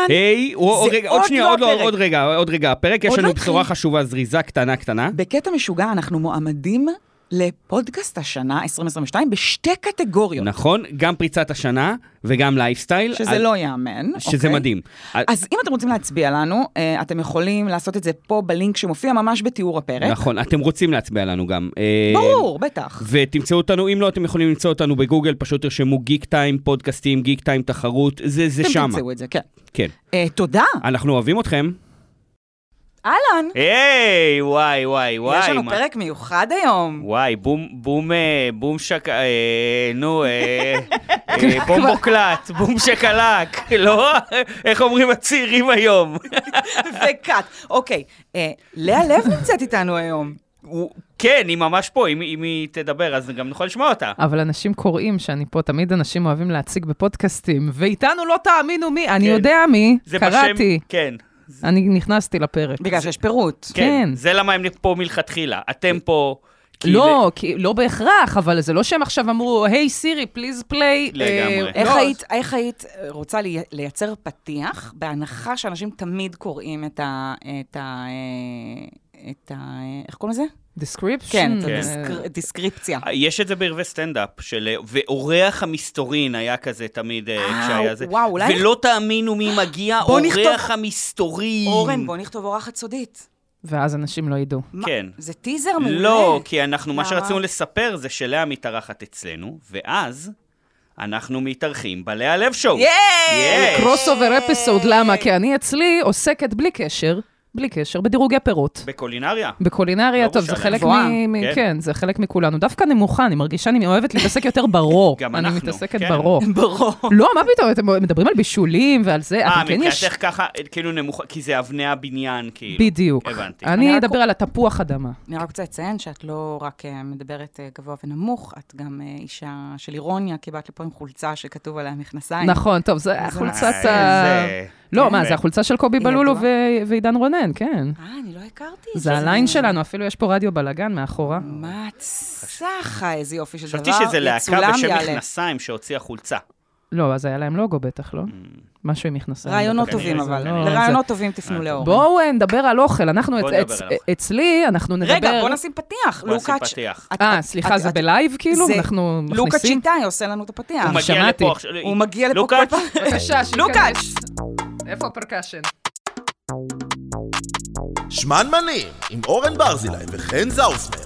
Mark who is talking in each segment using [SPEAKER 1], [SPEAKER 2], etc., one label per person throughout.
[SPEAKER 1] היי, עוד רגע, הפרק יש לנו בשורה חשובה, זריזה קטנה.
[SPEAKER 2] בקטע משוגע אנחנו מועמדים לפודקאסט השנה 2022 בשתי קטגוריות.
[SPEAKER 1] נכון, גם פריצת השנה וגם לייפסטייל.
[SPEAKER 2] שזה לא יאמן.
[SPEAKER 1] שזה מדהים.
[SPEAKER 2] אז אם אתם רוצים להצביע לנו, אתם יכולים לעשות את זה פה בלינק שמופיע ממש בתיאור הפרק.
[SPEAKER 1] נכון, אתם רוצים להצביע לנו גם.
[SPEAKER 2] ברור, בטח.
[SPEAKER 1] ותמצאו אותנו, אם לא, אתם יכולים למצוא אותנו בגוגל, פשוט תרשמו גיק טיים, פודקאסטים, גיק טיים תחרות, זה שם.
[SPEAKER 2] אתם תמצאו את זה, כן.
[SPEAKER 1] כן.
[SPEAKER 2] תודה.
[SPEAKER 1] אנחנו אוהבים אתכם.
[SPEAKER 2] אהלן.
[SPEAKER 1] היי, וואי.
[SPEAKER 2] יש לנו פרק מיוחד היום.
[SPEAKER 1] וואי, בום בומבוקלט, בום שקלק, לא? איך אומרים הצעירים היום?
[SPEAKER 2] וקאט. אוקיי, לאה לב נמצאת איתנו היום.
[SPEAKER 1] כן, היא ממש פה, אם היא תדבר, אז גם נוכל לשמוע אותה.
[SPEAKER 3] אבל אנשים קוראים שאני פה, תמיד אנשים אוהבים להציג בפודקאסטים, ואיתנו לא תאמינו מי, אני יודע מי, קראתי.
[SPEAKER 1] כן.
[SPEAKER 3] אני נכנסתי לפרק.
[SPEAKER 2] בגלל שיש פירוט.
[SPEAKER 1] כן. זה למה הם פה מלכתחילה. אתם פה...
[SPEAKER 3] לא בהכרח, אבל זה לא שהם עכשיו אמרו, היי סירי, פליז פליי.
[SPEAKER 1] לגמרי.
[SPEAKER 2] איך היית רוצה לייצר פתיח, בהנחה שאנשים תמיד קוראים את איך קוראים לזה?
[SPEAKER 3] description?
[SPEAKER 2] כן, דיסקריפציה.
[SPEAKER 1] יש את זה בערבי סטנדאפ, ואורח המסתורין היה כזה תמיד כשהיה זה.
[SPEAKER 2] וואו, אולי...
[SPEAKER 1] ולא תאמינו מי מגיע, אורח המסתורין.
[SPEAKER 2] אורן, בוא נכתוב אורחת סודית.
[SPEAKER 3] ואז אנשים לא ידעו.
[SPEAKER 1] כן.
[SPEAKER 2] זה טיזר מעולה.
[SPEAKER 1] לא, כי מה שרצינו לספר זה שלאה מתארחת אצלנו, ואז... אנחנו מתארחים בלאה לב שואו.
[SPEAKER 3] קרוס אובר אפיסוד, למה? כי אני אצלי עוסקת בלי קשר, בדירוגי פירות. בקולינריה, טוב, זה חלק כן, זה חלק מכולנו. דווקא נמוכה, אני מרגישה, אני אוהבת להתעסק יותר ברו.
[SPEAKER 1] גם אנחנו.
[SPEAKER 3] אני מתעסקת ברו.
[SPEAKER 2] ברו.
[SPEAKER 3] לא, מה פתאום, אתם מדברים על בישולים ועל זה,
[SPEAKER 1] מבחינתך ככה, כאילו נמוכה, כי זה אבני הבניין, כאילו.
[SPEAKER 3] בדיוק.
[SPEAKER 1] הבנתי.
[SPEAKER 3] אני אדבר על התפוח אדמה.
[SPEAKER 2] אני רק רוצה לציין שאת לא רק מדברת גבוה ונמוך, את גם אישה של אירוניה, כי באת לפה עם חולצה שכתוב עליה מכנסיים.
[SPEAKER 3] נכון, טוב, זה החולצת לא, מה, זה החולצה של קובי בלולו ועידן רונן, כן.
[SPEAKER 2] אני לא הכרתי.
[SPEAKER 3] זה הליין שלנו, אפילו יש פה רדיו בלגן מאחורה.
[SPEAKER 2] מה צחה, איזה יופי של דבר.
[SPEAKER 1] חשבתי שזה להקה בשם מכנסיים שהוציאה חולצה.
[SPEAKER 3] לא, אז היה להם לוגו בטח, לא? משהו עם מכנסיים.
[SPEAKER 2] רעיונות טובים, אבל. לרעיונות טובים תפנו לאורן.
[SPEAKER 3] בואו נדבר על אוכל, אנחנו אצלי, אנחנו נדבר...
[SPEAKER 2] רגע, בוא נשים פתיח.
[SPEAKER 1] בוא נשים פתיח.
[SPEAKER 3] סליחה, זה בלייב כאילו? אנחנו מכניסים?
[SPEAKER 2] לוקאץ' שיטאי עושה לנו את הפתיח.
[SPEAKER 1] הוא מגיע לפה
[SPEAKER 2] כל פעם.
[SPEAKER 3] בבקשה,
[SPEAKER 2] לוקאץ'.
[SPEAKER 3] איפה הפרקשן?
[SPEAKER 4] שמנמנים, עם אורן ברזילי וחן זאוסמן.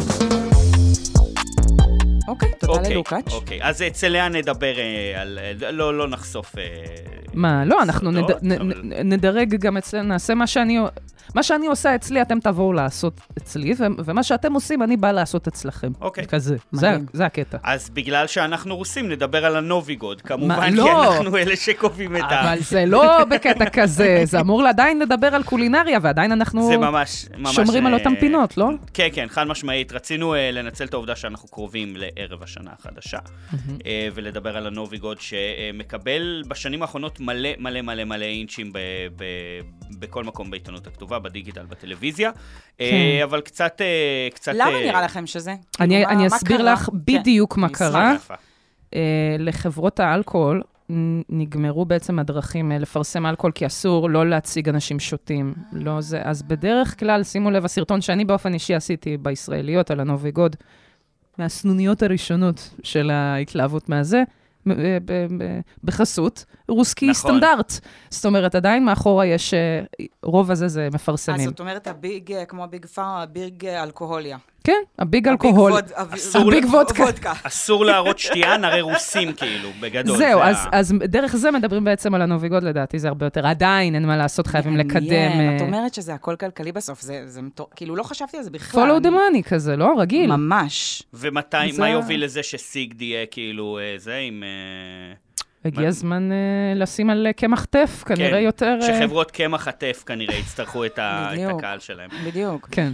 [SPEAKER 2] אוקיי, תודה ללוקאץ'.
[SPEAKER 1] אוקיי, אז אצל לאה נדבר על... לא נחשוף...
[SPEAKER 3] מה, לא, אנחנו נדרג גם אצלנו, נעשה מה שאני עושה אצלי, אתם תבואו לעשות אצלי, ומה שאתם עושים, אני בא לעשות אצלכם.
[SPEAKER 1] אוקיי.
[SPEAKER 3] כזה, זה הקטע.
[SPEAKER 1] אז בגלל שאנחנו רוסים, נדבר על הנוביגוד, כמובן, כי אנחנו אלה שקובעים את
[SPEAKER 3] אבל זה לא בקטע כזה, זה אמור עדיין לדבר על קולינריה, ועדיין אנחנו שומרים על אותם פינות, לא?
[SPEAKER 1] כן, כן, חד משמעית. רצינו לנצל את העובדה שאנחנו קרובים לערב השנה החדשה, ולדבר על הנוביגוד שמקבל בשנים האחרונות מלא אינצ'ים בכל מקום בעיתונות הכתובה, בדיגיטל, בטלוויזיה, אבל קצת...
[SPEAKER 2] למה נראה לכם שזה?
[SPEAKER 3] אני אסביר לך בדיוק מה קרה. לחברות האלכוהול נגמרו בעצם הדרכים לפרסם אלכוהול, כי אסור לא להציג אנשים שותים. לא זה. אז בדרך כלל, שימו לב, הסרטון שאני באופן אישי עשיתי בישראליות על הנוביגוד, מהסנוניות הראשונות של ההתלהבות מהזה, בחסות, רוסקי סטנדרט. זאת אומרת, עדיין מאחורה יש, רוב הזה זה מפרסמים.
[SPEAKER 2] אז זאת אומרת, כמו הביג פאר, הביג אלכוהוליה.
[SPEAKER 3] כן, הביג אלכוהול. הביג וודקה.
[SPEAKER 1] אסור להראות שתייה, נראה רוסים כאילו, בגדול.
[SPEAKER 3] זהו, אז דרך זה מדברים בעצם על הנוביגוד, לדעתי, זה הרבה יותר. עדיין אין מה לעשות, חייבים לקדם.
[SPEAKER 2] את אומרת שזה הכל כלכלי בסוף, זה כאילו לא חשבתי על זה בכלל.
[SPEAKER 3] follow the money כזה, לא? רגיל.
[SPEAKER 2] ממש.
[SPEAKER 1] ומתי, מה יוביל לזה שסיג יהיה כאילו זה עם...
[SPEAKER 3] הגיע הזמן לשים על קמח טף, כנראה יותר...
[SPEAKER 1] שחברות קמח הטף כנראה יצטרכו את הקהל שלהם.
[SPEAKER 2] בדיוק.
[SPEAKER 3] כן.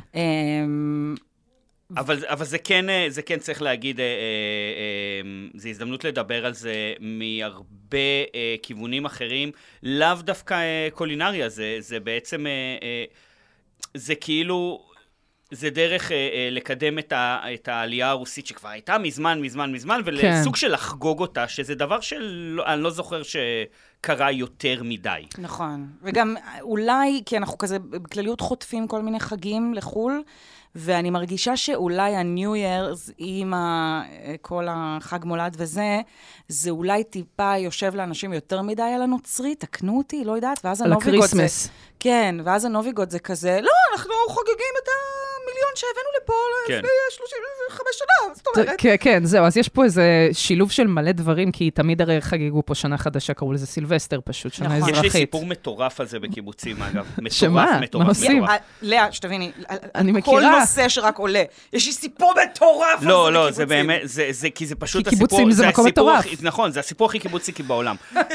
[SPEAKER 1] אבל זה כן צריך להגיד, זו הזדמנות לדבר על זה מהרבה כיוונים אחרים, לאו דווקא קולינריה, זה בעצם, זה כאילו, זה דרך לקדם את העלייה הרוסית שכבר הייתה מזמן, ולסוג של לחגוג אותה, שזה דבר שאני לא זוכר קרה יותר מדי.
[SPEAKER 2] נכון. וגם אולי, כי אנחנו כזה בכלליות חוטפים כל מיני חגים לחול, ואני מרגישה שאולי ה-New Year's עם כל החג מולד וזה, זה אולי טיפה יושב לאנשים יותר מדי על הנוצרי, תקנו אותי, לא יודעת, ואז הנוביגוד זה... כן, ואז הנוביגוד זה כזה, לא, אנחנו חוגגים את המיליון שהבאנו לפה לפני 35 שנה, זאת אומרת.
[SPEAKER 3] כן, זהו, אז יש פה איזה שילוב של מלא דברים, כי תמיד הרי חגגו פה שנה חדשה, קראו לזה סילבסטר פשוט, שנה אזרחית.
[SPEAKER 1] יש לי סיפור מטורף על זה בקיבוצים, אגב.
[SPEAKER 3] שמה? מה עושים?
[SPEAKER 2] לאה, שתביני,
[SPEAKER 3] אני מכירה.
[SPEAKER 2] כל נושא שרק עולה. יש לי סיפור מטורף על זה בקיבוצים.
[SPEAKER 1] לא, זה באמת, כי זה פשוט הסיפור...
[SPEAKER 3] כי קיבוצים זה מקום מטורף.
[SPEAKER 1] נכון, זה הסיפור הכי קיבוצי בעולם.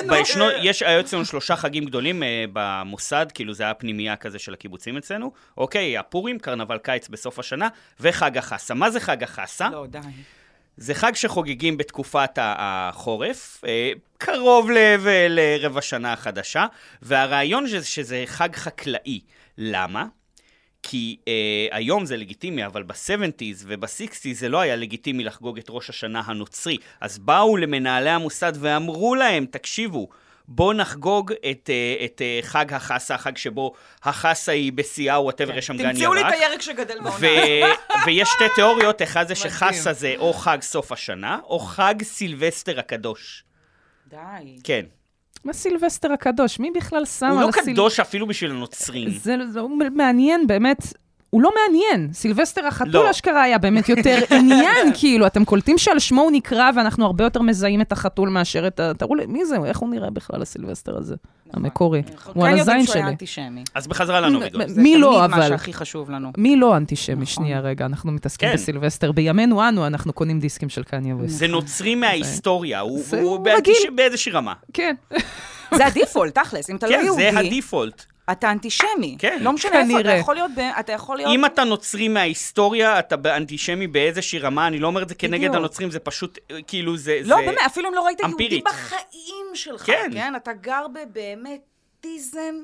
[SPEAKER 1] היו אצלנו 3 חגים גדולים במוסד, כאילו זה היה פנימייה כזה של הקיבוצים אצלנו. אוקיי, הפורים, קרנבל קיץ בסוף השנה, וחג החסה. מה זה חג החסה?
[SPEAKER 2] לא, די.
[SPEAKER 1] זה חג שחוגגים בתקופת החורף, קרוב לרבע שנה החדשה, והרעיון שזה חג חקלאי. למה? כי היום זה לגיטימי, אבל ב-70s וב-60s זה לא היה לגיטימי לחגוג את ראש השנה הנוצרי. אז באו למנהלי המוסד ואמרו להם, תקשיבו, בואו נחגוג את חג החסה, חג שבו החסה היא בשיאה, whatever, יש שם גן ירק.
[SPEAKER 2] תמצאו לי את הירק שגדל בעונה.
[SPEAKER 1] ויש 2 תיאוריות, אחד זה שחסה זה או חג סוף השנה, או חג סילבסטר הקדוש.
[SPEAKER 2] די.
[SPEAKER 1] כן.
[SPEAKER 3] מה סילבסטר הקדוש? מי בכלל שם
[SPEAKER 1] הוא
[SPEAKER 3] על
[SPEAKER 1] לא קדוש אפילו בשביל הנוצרים.
[SPEAKER 3] זה מעניין, באמת. הוא לא מעניין. סילבסטר החתול אשכרה היה באמת יותר עניין, כאילו, אתם קולטים שעל שמו הוא נקרא, ואנחנו הרבה יותר מזהים את החתול מאשר את תראו לי, מי זה? איך הוא נראה בכלל הסילבסטר הזה? המקורי. הוא על הזין שלי.
[SPEAKER 1] אז בחזרה לנוביגוד.
[SPEAKER 3] מי לא, אבל...
[SPEAKER 2] זה תמיד מה שהכי חשוב לנו.
[SPEAKER 3] מי לא אנטישמי? שנייה רגע, אנחנו מתעסקים בסילבסטר. בימינו אנו, אנחנו קונים דיסקים של קניה ווסט.
[SPEAKER 1] זה נוצרי מההיסטוריה, הוא באיזושהי רמה.
[SPEAKER 3] כן.
[SPEAKER 2] זה הדיפולט, תכלס, אם אתה לא יהודי...
[SPEAKER 1] כן, זה הדיפולט.
[SPEAKER 2] אתה אנטישמי.
[SPEAKER 1] כן.
[SPEAKER 2] לא משנה איפה, אתה יכול להיות...
[SPEAKER 1] אם אתה נוצרי מההיסטוריה, אתה אנטישמי באיזושהי רמה, אני לא אומר את זה כנגד הנוצרים, זה פשוט, כאילו, זה...
[SPEAKER 2] לא, באמת, אפילו אם לא ראית
[SPEAKER 1] אמפירית.
[SPEAKER 2] יהודי בחיים שלך, כן? אתה גר באמת טיזן...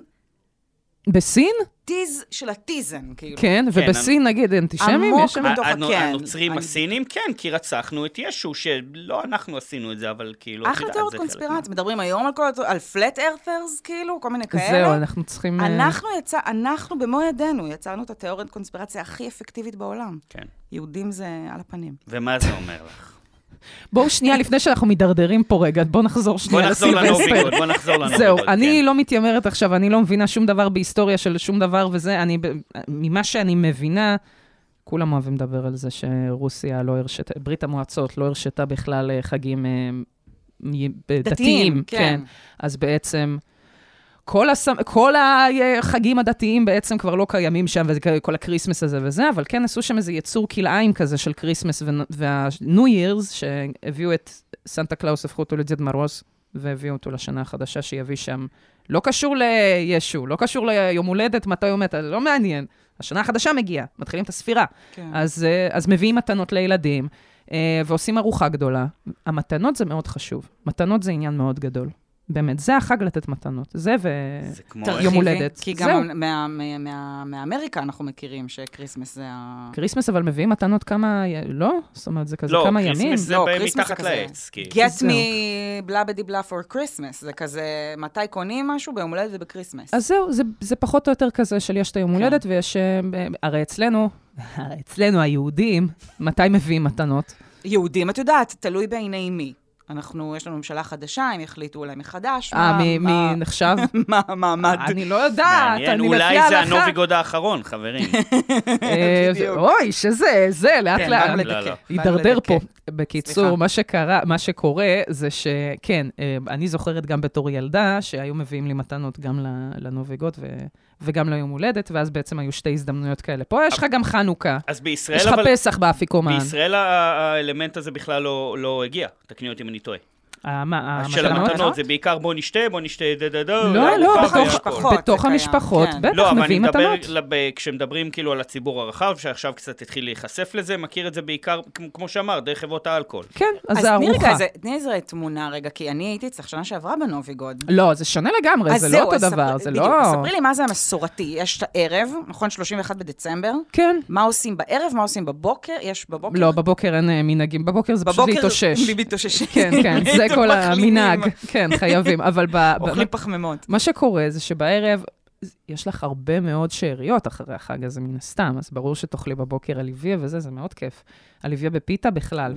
[SPEAKER 3] בסין?
[SPEAKER 2] טיז של הטיזן, כאילו.
[SPEAKER 3] כן, ובסין נגיד אנטישמים?
[SPEAKER 2] עמוק מתוך הכן.
[SPEAKER 1] הנוצרים הסינים, כן, כי רצחנו את ישו, שלא אנחנו עשינו את זה, אבל כאילו...
[SPEAKER 2] אחלה תיאוריות קונספירציה, מדברים היום על פלט ארת'רס, כאילו, כל מיני כאלה.
[SPEAKER 3] זהו, אנחנו צריכים...
[SPEAKER 2] אנחנו במו ידינו יצרנו את התיאוריית קונספירציה הכי אפקטיבית בעולם.
[SPEAKER 1] כן.
[SPEAKER 2] יהודים זה על הפנים.
[SPEAKER 1] ומה זה אומר לך?
[SPEAKER 3] בואו שנייה, לפני שאנחנו מדרדרים פה רגע, בואו נחזור שנייה
[SPEAKER 1] לסילבסטר. בואו נחזור לנוביגוד.
[SPEAKER 3] זהו, אני לא מתיימרת עכשיו, אני לא מבינה שום דבר בהיסטוריה של שום דבר וזה, ממה שאני מבינה, כולם אוהבים לדבר על זה שרוסיה לא הרשתה, ברית המועצות לא הרשתה בכלל חגים דתיים. כן. אז בעצם... כל החגים הדתיים בעצם כבר לא קיימים שם, וכל הקריסמס הזה וזה, אבל כן עשו שם איזה יצור כלאיים כזה של קריסמס וה-New Year's, שהביאו את סנטה קלאוס, הפכו אותו לדד מרוס, והביאו אותו לשנה החדשה שיביא שם, לא קשור לישו, לא קשור ליום הולדת, מתי הוא מת, לא מעניין. השנה החדשה מגיעה, מתחילים את הספירה. כן. אז מביאים מתנות לילדים, ועושים ארוחה גדולה. המתנות זה מאוד חשוב. מתנות זה עניין מאוד גדול. באמת, זה החג לתת מתנות. זה ויום הולדת.
[SPEAKER 2] כי גם מאמריקה אנחנו מכירים שקריסמס זה
[SPEAKER 3] קריסמס, אבל מביאים מתנות כמה... לא? זאת אומרת, זה כזה כמה ימים.
[SPEAKER 1] לא, קריסמס זה מתחת לעץ.
[SPEAKER 2] Get me blah blah blah for Christmas. זה כזה, מתי קונים משהו? ביום הולדת ובקריסמס.
[SPEAKER 3] אז זהו, זה פחות או יותר כזה של יש את היום הולדת, ויש... הרי אצלנו היהודים, מתי מביאים מתנות?
[SPEAKER 2] יהודים, את יודעת, תלוי בעיני מי. יש לנו ממשלה חדשה, הם יחליטו אולי מחדש.
[SPEAKER 3] מי נחשב?
[SPEAKER 2] מה המעמד?
[SPEAKER 3] אני לא יודעת, אני לפי
[SPEAKER 1] אולי זה הנוביגוד האחרון, חברים.
[SPEAKER 3] אוי, שזה, לאט לאט. הידרדר פה. בקיצור, מה שקורה זה שכן, אני זוכרת גם בתור ילדה, שהיו מביאים לי מתנות גם לנוביגוד וגם ליום הולדת, ואז בעצם היו 2 הזדמנויות כאלה. פה יש לך גם חנוכה.
[SPEAKER 1] אז בישראל,
[SPEAKER 3] יש לך פסח באפיקומן.
[SPEAKER 1] בישראל האלמנט הזה בכלל לא הגיע. תקני אותי אם אני טועה. של המתנות, זה בעיקר בוא נשתה,
[SPEAKER 3] לא, בתוך המשפחות, בטח מביאים מתנות.
[SPEAKER 1] לא, אבל כשמדברים כאילו על הציבור הרחב, שעכשיו קצת התחיל להיחשף לזה, מכיר את זה בעיקר, כמו שאמר, דרך חברות האלכוהול.
[SPEAKER 3] כן, אז זה ארוחה.
[SPEAKER 2] תני איזה תמונה רגע, כי אני הייתי אצלך שנה שעברה בנוביגוד.
[SPEAKER 3] לא, זה שונה לגמרי, זה לא אותו דבר, זה לא...
[SPEAKER 2] ספרי לי מה זה המסורתי, יש את הערב, נכון, 31 בדצמבר.
[SPEAKER 3] כן.
[SPEAKER 2] מה עושים בערב, מה עושים בבוקר? יש בבוקר?
[SPEAKER 3] לא, בבוקר אין מנהגים, בבוקר זה פשוט להתאושש.
[SPEAKER 2] להתאושש.
[SPEAKER 3] כן, כן, זה כל המנהג. כן, חייבים. אבל
[SPEAKER 2] אוכלים פחמימות.
[SPEAKER 3] מה שקורה זה שבערב יש לך הרבה מאוד שאריות אחרי החג הזה מן הסתם, אז ברור שתאכלי בבוקר אליביה וזה, זה מאוד כיף. אליביה בפיתה בכלל.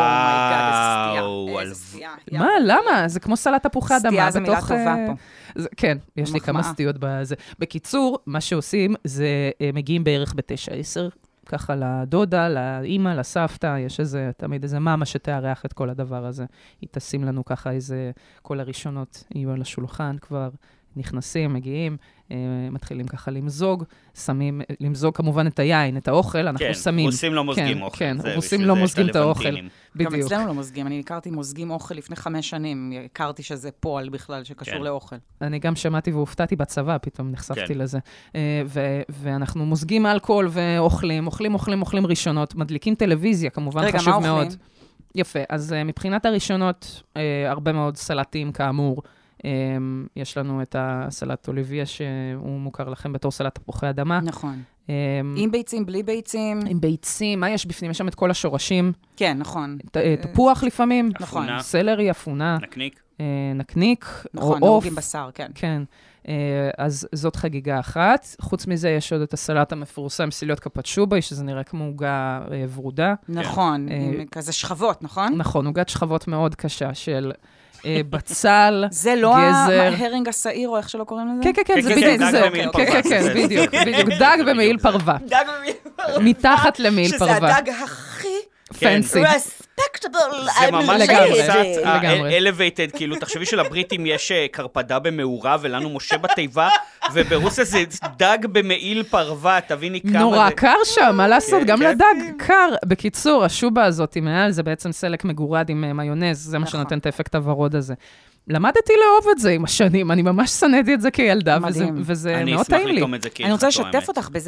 [SPEAKER 2] וואו, איזה סטייה.
[SPEAKER 3] מה, למה? זה כמו סלט תפוחי אדמה.
[SPEAKER 2] סטייה זה מילה טובה פה.
[SPEAKER 3] כן, יש לי כמה סטיות בזה. בקיצור, מה שעושים זה מגיעים בערך ב9-10, ככה לדודה, לאמא, לסבתא, יש תמיד איזה מאמה שתארח את כל הדבר הזה. היא תשים לנו ככה כל הראשונות יהיו על השולחן כבר. נכנסים, מגיעים, מתחילים ככה למזוג, למזוג כמובן את היין, את האוכל, אנחנו שמים.
[SPEAKER 1] כן, רוסים לא מוזגים אוכל.
[SPEAKER 3] כן, רוסים לא מוזגים את האוכל. בדיוק.
[SPEAKER 2] גם אצלנו לא מוזגים, אני הכרתי מוזגים אוכל לפני 5 שנים, הכרתי שזה פועל בכלל שקשור לאוכל.
[SPEAKER 3] אני גם שמעתי והופתעתי בצבא, פתאום נחשפתי לזה. ואנחנו מוזגים אלכוהול ואוכלים, אוכלים ראשונות, מדליקים טלוויזיה, כמובן חשוב מאוד. יפה, אז מבחינת הראשונות, הרבה מאוד סלטים כאמור, יש לנו את הסלט אוליביה, שהוא מוכר לכם בתור סלט תפוחי אדמה.
[SPEAKER 2] נכון. עם ביצים, בלי ביצים.
[SPEAKER 3] עם ביצים, מה יש בפנים? יש שם את כל השורשים.
[SPEAKER 2] כן, נכון.
[SPEAKER 3] תפוח לפעמים.
[SPEAKER 2] נכון.
[SPEAKER 3] סלרי, אפונה. נקניק.
[SPEAKER 2] נכון, נהוגים בשר, כן.
[SPEAKER 3] כן. אז זאת חגיגה אחת. חוץ מזה, יש עוד את הסלט המפורסם, סיליות קפצ'ובה, שזה נראה כמו עוגה ורודה.
[SPEAKER 2] נכון, עם כזה שכבות, נכון?
[SPEAKER 3] נכון, עוגת שכבות מאוד קשה של בצל, גזר.
[SPEAKER 2] זה לא ההרינג השעיר, או איך שלא קוראים לזה?
[SPEAKER 3] כן, כן, זה בדיוק זה. כן, בדיוק. דג במעיל פרווה.
[SPEAKER 2] דג במעיל פרווה.
[SPEAKER 3] מתחת למעיל פרווה.
[SPEAKER 2] שזה הדג הכי
[SPEAKER 3] פנסי.
[SPEAKER 2] respectable.
[SPEAKER 1] זה ממש
[SPEAKER 3] לגמרי.
[SPEAKER 1] elevated, כאילו, תחשבי שלבריטים יש קרפדה במאורה, ולנו משה בתיבה, וברוסיה זה דג במעיל פרווה, תביני כמה זה...
[SPEAKER 3] נורא קר שם, מה לעשות? גם לדג קר. בקיצור, השובה הזאת מעל, זה בעצם סלק מגורד עם מיונז, זה מה שנותן את האפקט הוורוד הזה. למדתי לאהוב את זה עם השנים, אני ממש שנאתי את זה כילדה, וזה מאוד טעים לי.
[SPEAKER 2] אני רוצה לשתף אותך בזה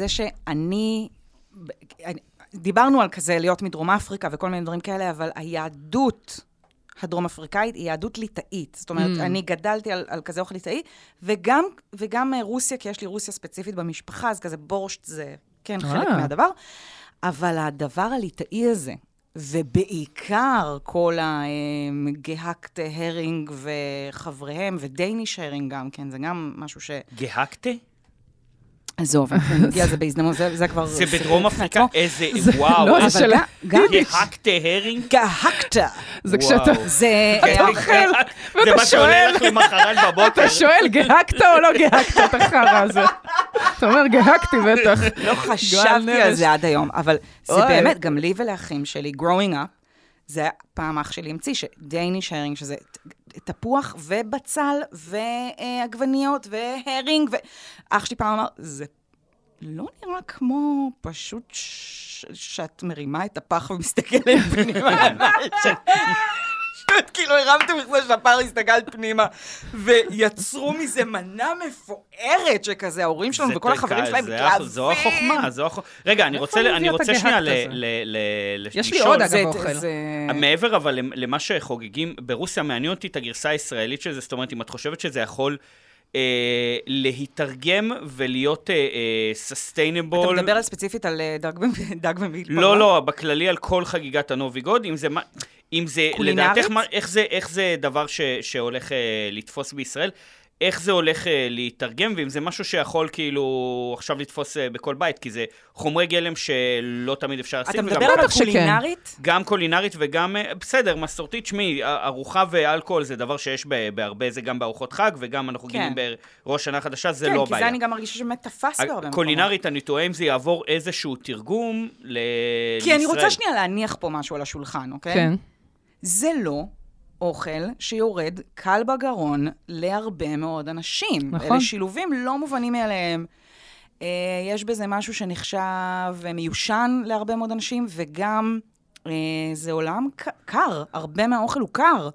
[SPEAKER 2] דיברנו על כזה להיות מדרום אפריקה וכל מיני דברים כאלה, אבל היהדות הדרום אפריקאית היא יהדות ליטאית. זאת אומרת, אני גדלתי על כזה אוכל ליטאי, וגם רוסיה, כי יש לי רוסיה ספציפית במשפחה, אז כזה בורשט זה כן חלק מהדבר. אבל הדבר הליטאי הזה, ובעיקר כל הגהקטה הרינג וחבריהם, ודייניש הרינג גם, כן, זה גם משהו
[SPEAKER 1] גהקטה?
[SPEAKER 2] עזוב, אנחנו נגיע לזה בהזדמנות, זה כבר...
[SPEAKER 1] זה בדרום אפריקה? איזה, וואו.
[SPEAKER 3] לא, זה שלה.
[SPEAKER 1] גהקטה הרינג?
[SPEAKER 2] גהקטה.
[SPEAKER 3] זה כשאתה...
[SPEAKER 2] זה...
[SPEAKER 3] אוכל.
[SPEAKER 1] זה מה שעולה לך למחרת בבוקר.
[SPEAKER 3] אתה שואל, גהקתה או לא גהקתה את החרא הזה? אתה אומר, גהקתי בטח.
[SPEAKER 2] לא חשבתי על זה עד היום, אבל זה באמת, גם לי ולאחים שלי, growing up, זה פעם אח שלי המציא, שדייניש הרינג, שזה תפוח ובצל ועגבניות והרינג, ואח שלי פעם אמר, זה לא נראה כמו פשוט שאת מרימה את הפח ומסתכלת פנימה. כאילו הרמתם מכזה שהפר הסתגלת פנימה, ויצרו מזה מנה מפוארת שכזה, ההורים שלנו וכל החברים שלהם מתלהבים.
[SPEAKER 1] זו החוכמה, רגע, אני רוצה שנייה
[SPEAKER 3] יש לי עוד אגב אוכל.
[SPEAKER 1] מעבר אבל למה שחוגגים, ברוסיה מעניין אותי את הגרסה הישראלית של זה, זאת אומרת, אם את חושבת שזה יכול... להתרגם ולהיות sustainable.
[SPEAKER 2] אתה מדבר על ספציפית על דג במעיל פרווה?
[SPEAKER 1] לא, בכללי על כל חגיגת הנובי גוד, אם זה לדעתך, איך זה דבר שהולך לתפוס בישראל, איך זה הולך להתרגם, ואם זה משהו שיכול כאילו עכשיו לתפוס בכל בית, כי זה חומרי גלם שלא תמיד אפשר לשים.
[SPEAKER 2] אתה מדבר על קולינרית?
[SPEAKER 1] גם קולינרית וגם, בסדר, מסורתית, שמי, ארוחה ואלכוהול זה דבר שיש בהרבה, זה גם בארוחות חג, וגם אנחנו גילים בראש שנה חדשה, זה לא בעיה.
[SPEAKER 2] כן, כי זה אני גם מרגישה שבאמת תפס בהרבה מקומות.
[SPEAKER 1] קולינרית, אני טועה אם זה יעבור איזשהו תרגום לישראל.
[SPEAKER 2] כי אני רוצה שנייה להניח פה משהו על השולחן, אוקיי?
[SPEAKER 3] כן.
[SPEAKER 2] זה לא אוכל שיורד קל בגרון להרבה מאוד אנשים.
[SPEAKER 3] נכון.
[SPEAKER 2] אלה שילובים לא מובנים מאליהם. יש בזה משהו שנחשב מיושן להרבה מאוד אנשים, וגם זה עולם קר. הרבה מהאוכל הוא קר.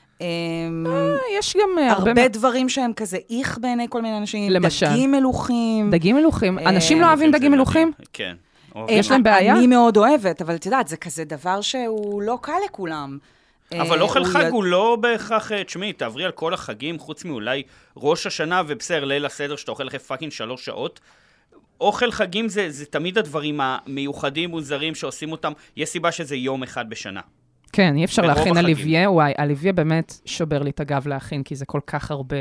[SPEAKER 3] יש גם
[SPEAKER 2] הרבה דברים שהם כזה איך בעיני כל מיני אנשים.
[SPEAKER 3] למשל.
[SPEAKER 2] דגים מלוכים.
[SPEAKER 3] דגים מלוכים. אנשים לא אוהבים דגים מלוכים?
[SPEAKER 1] כן.
[SPEAKER 3] יש להם בעיה?
[SPEAKER 2] אני מאוד אוהבת, אבל את יודעת, זה כזה דבר שהוא לא קל לכולם.
[SPEAKER 1] אבל אוכל חג הוא לא בהכרח, תשמעי, תעברי על כל החגים, חוץ מאולי ראש השנה ובסדר ליל הסדר, שאתה אוכל אחרי פאקינג 3 שעות. אוכל חגים זה תמיד הדברים המיוחדים וזרים שעושים אותם, יש סיבה שזה יום אחד בשנה.
[SPEAKER 3] כן, אי אפשר להכין אליביה, וואי, אליביה באמת שובר לי את הגב להכין, כי זה כל כך הרבה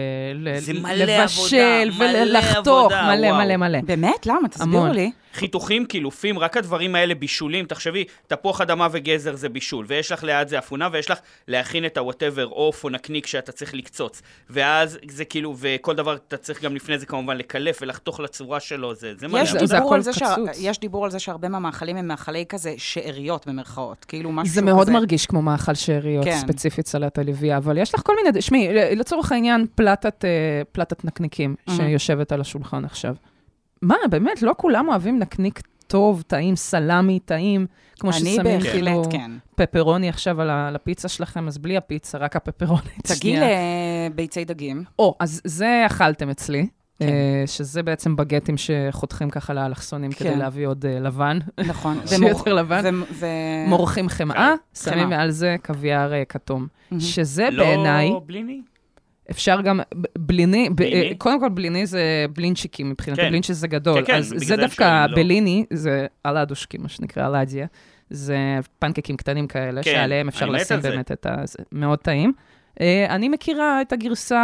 [SPEAKER 3] לבשל ולחתוך, מלא מלא.
[SPEAKER 2] באמת? למה? תסבירו לי.
[SPEAKER 1] חיתוכים, קילופים, רק הדברים האלה בישולים, תחשבי, תפוח אדמה וגזר זה בישול, ויש לך ליד זה אפונה, ויש לך להכין את ה-whatever עוף או נקניק שאתה צריך לקצוץ, ואז זה כאילו, וכל דבר אתה צריך גם לפני זה כמובן לקלף ולחתוך לצורה שלו, זה מלא.
[SPEAKER 2] יש דיבור על זה שהרבה מהמאכלים הם מאכלי כזה שאריות במרכאות, כאילו משהו כזה.
[SPEAKER 3] זה מאוד מרגיש כמו מאכל שאריות, ספציפית סלט אליביה, אבל יש לך כל מיני, שמי, לצורך העניין פלטת נקניקים שיושבת על השולחן עכשיו. מה, באמת, לא כולם אוהבים נקניק טוב, טעים, סלמי, טעים, כמו ששמים כאילו פפרוני עכשיו על הפיצה שלכם, אז בלי הפיצה, רק הפפרוני.
[SPEAKER 2] תגיעי לביצי דגים.
[SPEAKER 3] אז זה אכלתם אצלי, שזה בעצם בגטים שחותכים ככה לאלכסונים כדי להביא עוד לבן.
[SPEAKER 2] נכון.
[SPEAKER 3] שיותר לבן. מורחים חמאה, שמים מעל זה קוויאר כתום. שזה בעיניי...
[SPEAKER 1] לא בליני?
[SPEAKER 3] אפשר גם, בליני, קודם כל בליני זה בלינצ'יקים מבחינתי, בלינצ'י זה גדול, אז זה דווקא בליני, זה אלדושקים, מה שנקרא אלדיה, זה פנקקים קטנים כאלה, שעליהם אפשר לשים באמת את זה, מאוד טעים. אני מכירה את הגרסה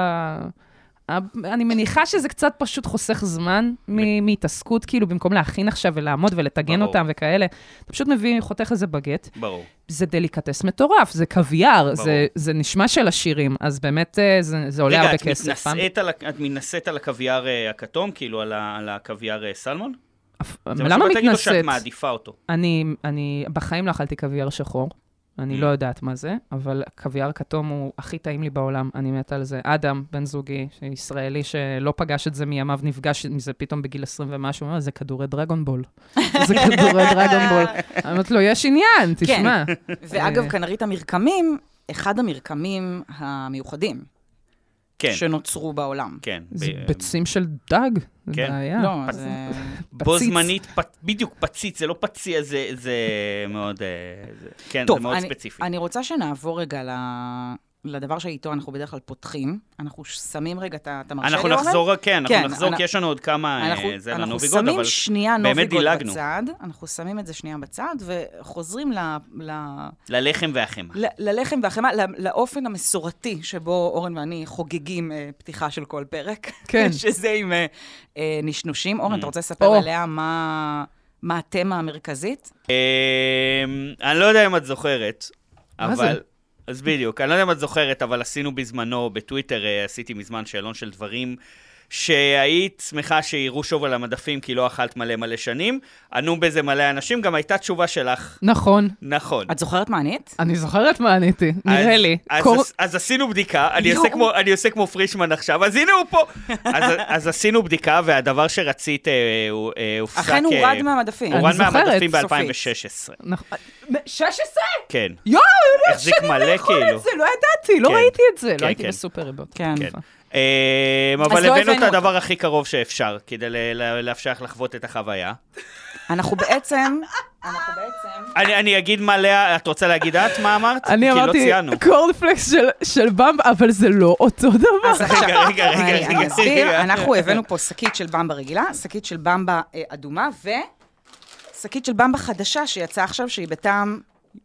[SPEAKER 3] אני מניחה שזה קצת פשוט חוסך זמן מהתעסקות, כאילו במקום להכין עכשיו ולעמוד ולטגן אותם וכאלה, אתה פשוט מביא, חותך איזה בגט.
[SPEAKER 1] ברור.
[SPEAKER 3] זה דליקטס מטורף, זה קוויאר, זה נשמע של עשירים, אז באמת זה עולה הרבה כסף.
[SPEAKER 1] רגע, את מנסית על הקוויאר הכתום, כאילו על הקוויאר סלמון?
[SPEAKER 3] למה מתנסית?
[SPEAKER 1] תגיד לו שאת מעדיפה אותו.
[SPEAKER 3] אני בחיים לא אכלתי קוויאר שחור. אני לא יודעת מה זה, אבל קוויאר כתום הוא הכי טעים לי בעולם, אני מת על זה. אדם, בן זוגי, ישראלי שלא פגש את זה מימיו, נפגש מזה פתאום בגיל 20 ומשהו, זה כדורי דרגון-בול. זה כדורי דרגון-בול. אני אומרת לו, יש עניין, תשמע.
[SPEAKER 2] ואגב, כנרית המרקמים, אחד המרקמים המיוחדים.
[SPEAKER 1] כן.
[SPEAKER 2] שנוצרו בעולם.
[SPEAKER 1] כן.
[SPEAKER 3] זה ביצים של דג, זה בעיה.
[SPEAKER 2] לא, זה...
[SPEAKER 1] בו זמנית, בדיוק פציץ, זה לא פציע, זה מאוד, כן, זה מאוד ספציפי.
[SPEAKER 2] אני רוצה שנעבור רגע לדבר שאיתו אנחנו בדרך כלל פותחים. אנחנו שמים רגע את המרשה לי,
[SPEAKER 1] אנחנו נחזור, כן, אנחנו נחזור, כי יש לנו עוד כמה, זה לנוביגוד, אבל
[SPEAKER 2] אנחנו שמים שנייה נוביגוד
[SPEAKER 1] דילגנו.
[SPEAKER 2] בצד, אנחנו שמים את זה שנייה בצד, וחוזרים
[SPEAKER 1] ללחם והחמה.
[SPEAKER 2] ללחם והחמה, לאופן המסורתי, שבו אורן ואני חוגגים פתיחה של כל פרק.
[SPEAKER 3] כן.
[SPEAKER 2] שזה עם נשנושים. אורן, אתה רוצה לספר עליה מה התמה המרכזית?
[SPEAKER 1] אני לא יודע אם את זוכרת,
[SPEAKER 3] מה זה?
[SPEAKER 1] אז בדיוק, אני לא יודע אם את זוכרת, אבל עשינו בזמנו, בטוויטר עשיתי מזמן שאלון של דברים שהיית שמחה שיראו שוב על המדפים, כי לא אכלת מלא שנים. ענו בזה מלא אנשים, גם הייתה תשובה שלך.
[SPEAKER 3] נכון.
[SPEAKER 1] נכון.
[SPEAKER 2] את זוכרת מה ענית?
[SPEAKER 3] אני זוכרת מה עניתי, נראה לי.
[SPEAKER 1] אז עשינו בדיקה, אני עושה כמו פרישמן עכשיו, אז הנה הוא פה. אז עשינו בדיקה, והדבר שרצית הופסק...
[SPEAKER 2] אכן הורד מהמדפים.
[SPEAKER 1] הורד מהמדפים ב-2016.
[SPEAKER 2] 16?
[SPEAKER 1] כן.
[SPEAKER 3] יואו,
[SPEAKER 1] החזיק מלא כאילו.
[SPEAKER 3] לא ידעתי, לא ראיתי את זה. לא הייתי בסופר ריבות.
[SPEAKER 2] כן.
[SPEAKER 1] אבל הבאנו את הדבר הכי קרוב שאפשר, כדי לאפשר לך לחוות את החוויה.
[SPEAKER 2] אנחנו בעצם...
[SPEAKER 1] אני אגיד מה לאה, את רוצה להגיד את מה אמרת?
[SPEAKER 3] אני אמרתי קורנפלקס של במבה, אבל זה לא אותו דבר.
[SPEAKER 1] רגע.
[SPEAKER 2] אני אסביר, אנחנו הבאנו פה שקית של במבה רגילה, שקית של במבה אדומה, ושקית של במבה חדשה שיצאה עכשיו, שהיא בטעם...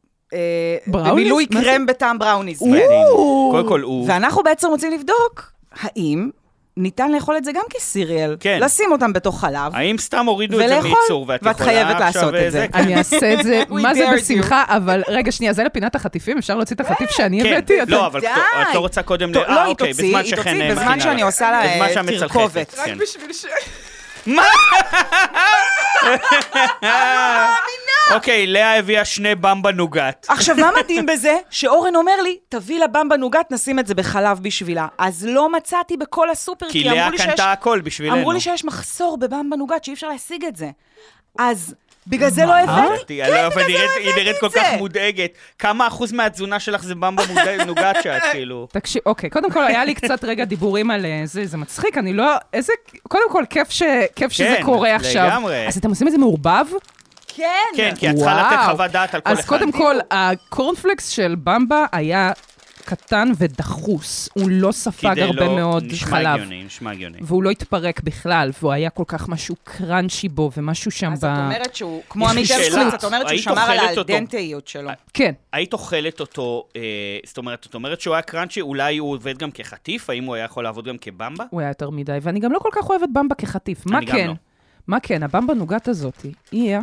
[SPEAKER 2] במילוי קרם בטעם בראוניז.
[SPEAKER 1] קודם כל הוא...
[SPEAKER 2] ואנחנו בעצם רוצים לבדוק האם ניתן לאכול את זה גם כסיריאל. לשים אותם בתוך חלב.
[SPEAKER 1] האם סתם הורידו את זה מייצור,
[SPEAKER 2] ואת חייבת לעשות את זה.
[SPEAKER 3] אני אעשה את זה, מה זה בשמחה, אבל רגע, שנייה, זה לפינת החטיפים, אפשר להוציא את החטיף שאני הבאתי?
[SPEAKER 1] לא, אבל את לא רוצה קודם...
[SPEAKER 2] לא, היא תוציא, בזמן שאני עושה לה תרכובת.
[SPEAKER 3] רק בשביל ש...
[SPEAKER 1] מה? אוקיי, לאה הביאה 2 במבה נוגת.
[SPEAKER 2] עכשיו, מה מדהים בזה? שאורן אומר לי, תביא לה במבה נוגת, נשים את זה בחלב בשבילה. אז לא מצאתי בכל הסופר,
[SPEAKER 1] כי לאה קנתה הכל בשבילנו.
[SPEAKER 2] אמרו לי שיש מחסור בבמבה נוגת, שאי אפשר להשיג את זה. אז... בגלל זה לא הבאתי?
[SPEAKER 1] כן, בגלל זה לא הבאתי את זה. היא נראית כל כך מודאגת. כמה אחוז מהתזונה שלך זה במבה נוגת שאת כאילו...
[SPEAKER 3] תקשיב, אוקיי, קודם כל היה לי קצת רגע דיבורים על זה, זה מצחיק, אני לא... איזה... קודם כל, כיף שזה קורה עכשיו.
[SPEAKER 1] כן, לגמרי.
[SPEAKER 3] אז אתם עושים את זה מעורבב?
[SPEAKER 2] כן.
[SPEAKER 1] כן, כי את צריכה לתת חוות דעת על כל אחד.
[SPEAKER 3] אז קודם כל, הקורנפלקס של במבה היה קטן ודחוס. הוא לא ספג הרבה מאוד חלב.
[SPEAKER 1] נשמע הגיוני.
[SPEAKER 3] והוא לא התפרק בכלל, והוא היה כל כך משהו קרנצ'י בו, ומשהו שם
[SPEAKER 2] אז את אומרת שהוא, כמו עמידר סקוויץ, את אומרת שהוא שמר על האלדנטיות שלו.
[SPEAKER 3] כן.
[SPEAKER 1] היית אוכלת אותו, זאת אומרת, את אומרת שהוא היה קרנצ'י, אולי הוא עובד גם כחטיף? האם הוא היה יכול לעבוד גם כבמבה?
[SPEAKER 3] הוא היה יותר מדי, ואני גם לא כל כך אוהבת במבה כחטיף. מה כן?
[SPEAKER 1] לא.
[SPEAKER 3] מה כן? הבמבה נוגת הזאת, היא,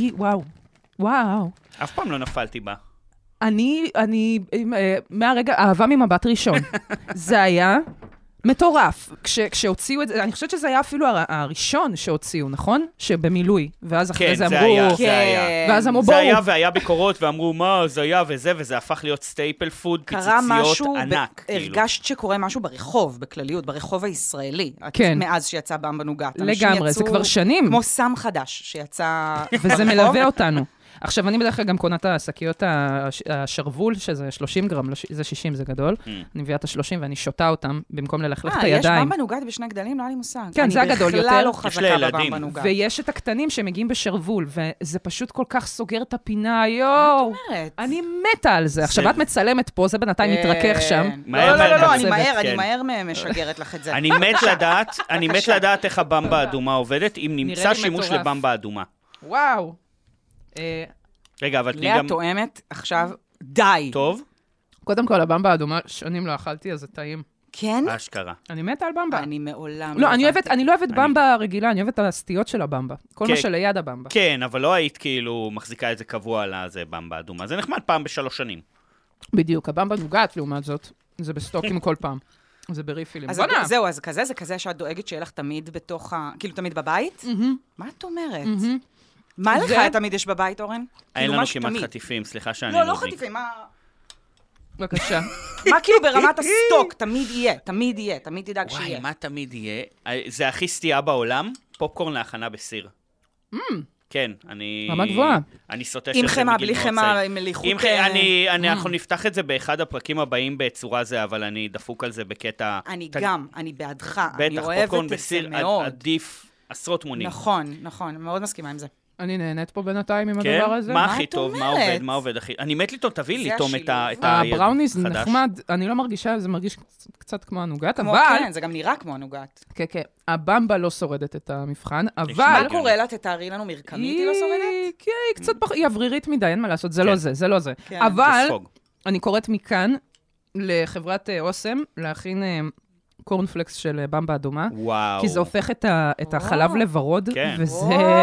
[SPEAKER 3] וואו.
[SPEAKER 1] אף פעם לא נפלתי בה.
[SPEAKER 3] אני, מהרגע, אהבה ממבט ראשון. זה היה מטורף. כשהוציאו את זה, אני חושבת שזה היה אפילו הראשון שהוציאו, נכון? שבמילוי. ואז אחרי זה אמרו...
[SPEAKER 1] זה היה.
[SPEAKER 3] ואז אמרו,
[SPEAKER 1] זה היה, והיה ביקורות, ואמרו, מה, זה היה וזה, וזה הפך להיות סטייפל פוד, פיצוציות ענק.
[SPEAKER 2] הרגשת שקורה משהו ברחוב, בכלליות, ברחוב הישראלי.
[SPEAKER 3] כן.
[SPEAKER 2] מאז שיצא במבה נוגת.
[SPEAKER 3] לגמרי, זה כבר שנים.
[SPEAKER 2] כמו סם חדש שיצא
[SPEAKER 3] וזה מלווה אותנו. עכשיו, אני בדרך כלל גם קונה את השקיות השרוול, שזה 30 גרם, זה 60, זה גדול. אני מביאה את ה-30 ואני שותה אותם, במקום ללכלך את הידיים.
[SPEAKER 2] יש במבה נוגת בשני גדלים? לא היה לי מושג.
[SPEAKER 3] כן, זה הגדול יותר.
[SPEAKER 2] אני בכלל לא חזקה בבמבה נוגת.
[SPEAKER 3] ויש את הקטנים שמגיעים בשרוול, וזה פשוט כל כך סוגר את הפינה,
[SPEAKER 2] מה את אומרת?
[SPEAKER 3] אני מתה על זה. עכשיו, את מצלמת פה, זה בינתיים מתרכך שם.
[SPEAKER 2] לא, אני מהר משגרת לך את זה.
[SPEAKER 1] אני מת לדעת איך הבמבה האדומה עובדת, אם נמצא שימוש לבמבה אדומה.
[SPEAKER 3] וואו.
[SPEAKER 1] רגע, אבל
[SPEAKER 2] לאה תואמת עכשיו, די.
[SPEAKER 1] טוב.
[SPEAKER 3] קודם כל, הבמבה האדומה, שנים לא אכלתי, אז זה טעים.
[SPEAKER 2] כן?
[SPEAKER 1] אשכרה.
[SPEAKER 3] אני מתה על במבה.
[SPEAKER 2] אני מעולם
[SPEAKER 3] לא, אני לא אוהבת במבה רגילה, אני אוהבת את הסטיות של הבמבה. כל מה שליד הבמבה.
[SPEAKER 1] כן, אבל לא היית כאילו מחזיקה את זה קבוע על זה במבה אדומה. זה נחמד פעם ב3 שנים.
[SPEAKER 3] בדיוק, הבמבה נוגת, לעומת זאת, זה בסטוקים כל פעם. זה בריפילים.
[SPEAKER 2] אז זהו, אז זה כזה שאת דואגת שיהיה לך תמיד בתוך כאילו תמיד בבית? מה את אומרת? מה לך תמיד יש בבית, אורן?
[SPEAKER 1] אין לנו כמעט חטיפים, סליחה שאני
[SPEAKER 2] לא, לא חטיפים, מה...
[SPEAKER 3] בבקשה.
[SPEAKER 2] מה כאילו ברמת הסטוק? תמיד יהיה, תמיד תדאג שיהיה.
[SPEAKER 1] וואי, מה תמיד יהיה? זה הכי סטייה בעולם, פופקורן להכנה בסיר. כן, אני...
[SPEAKER 3] רמה גבוהה.
[SPEAKER 1] אני סוטה
[SPEAKER 2] עם חמה, בלי חמה, עם מליחות...
[SPEAKER 1] אנחנו נפתח את זה באחד הפרקים הבאים בצורה זה, אבל אני דפוק על זה בקטע...
[SPEAKER 2] אני בעדך, אני
[SPEAKER 1] בטח,
[SPEAKER 2] אוהבת
[SPEAKER 1] פופקורן
[SPEAKER 2] את זה
[SPEAKER 1] בסיר
[SPEAKER 2] מאוד.
[SPEAKER 1] עדיף עשרות מונים.
[SPEAKER 2] נכון, מאוד מסכימה עם זה.
[SPEAKER 3] אני נהנית פה בינתיים עם הדבר הזה.
[SPEAKER 1] מה הכי טוב? מה עובד הכי... אני מת לטום, תביא לטום את החדש.
[SPEAKER 3] הבראוניז נחמד, אני לא מרגישה, זה מרגיש קצת כמו הנוגת, אבל...
[SPEAKER 2] כן, זה גם נראה כמו הנוגת.
[SPEAKER 3] כן. הבמבה לא שורדת את המבחן, אבל...
[SPEAKER 2] מה קורה לה? תתארי לנו מרקמית, היא לא שורדת?
[SPEAKER 3] כן, היא קצת פחות, היא אוורירית מדי, אין מה לעשות, זה לא זה. אבל אני קוראת מכאן לחברת אוסם להכין... קורנפלקס של במבה אדומה.
[SPEAKER 1] וואו.
[SPEAKER 3] כי זה הופך את החלב לוורוד, וזה...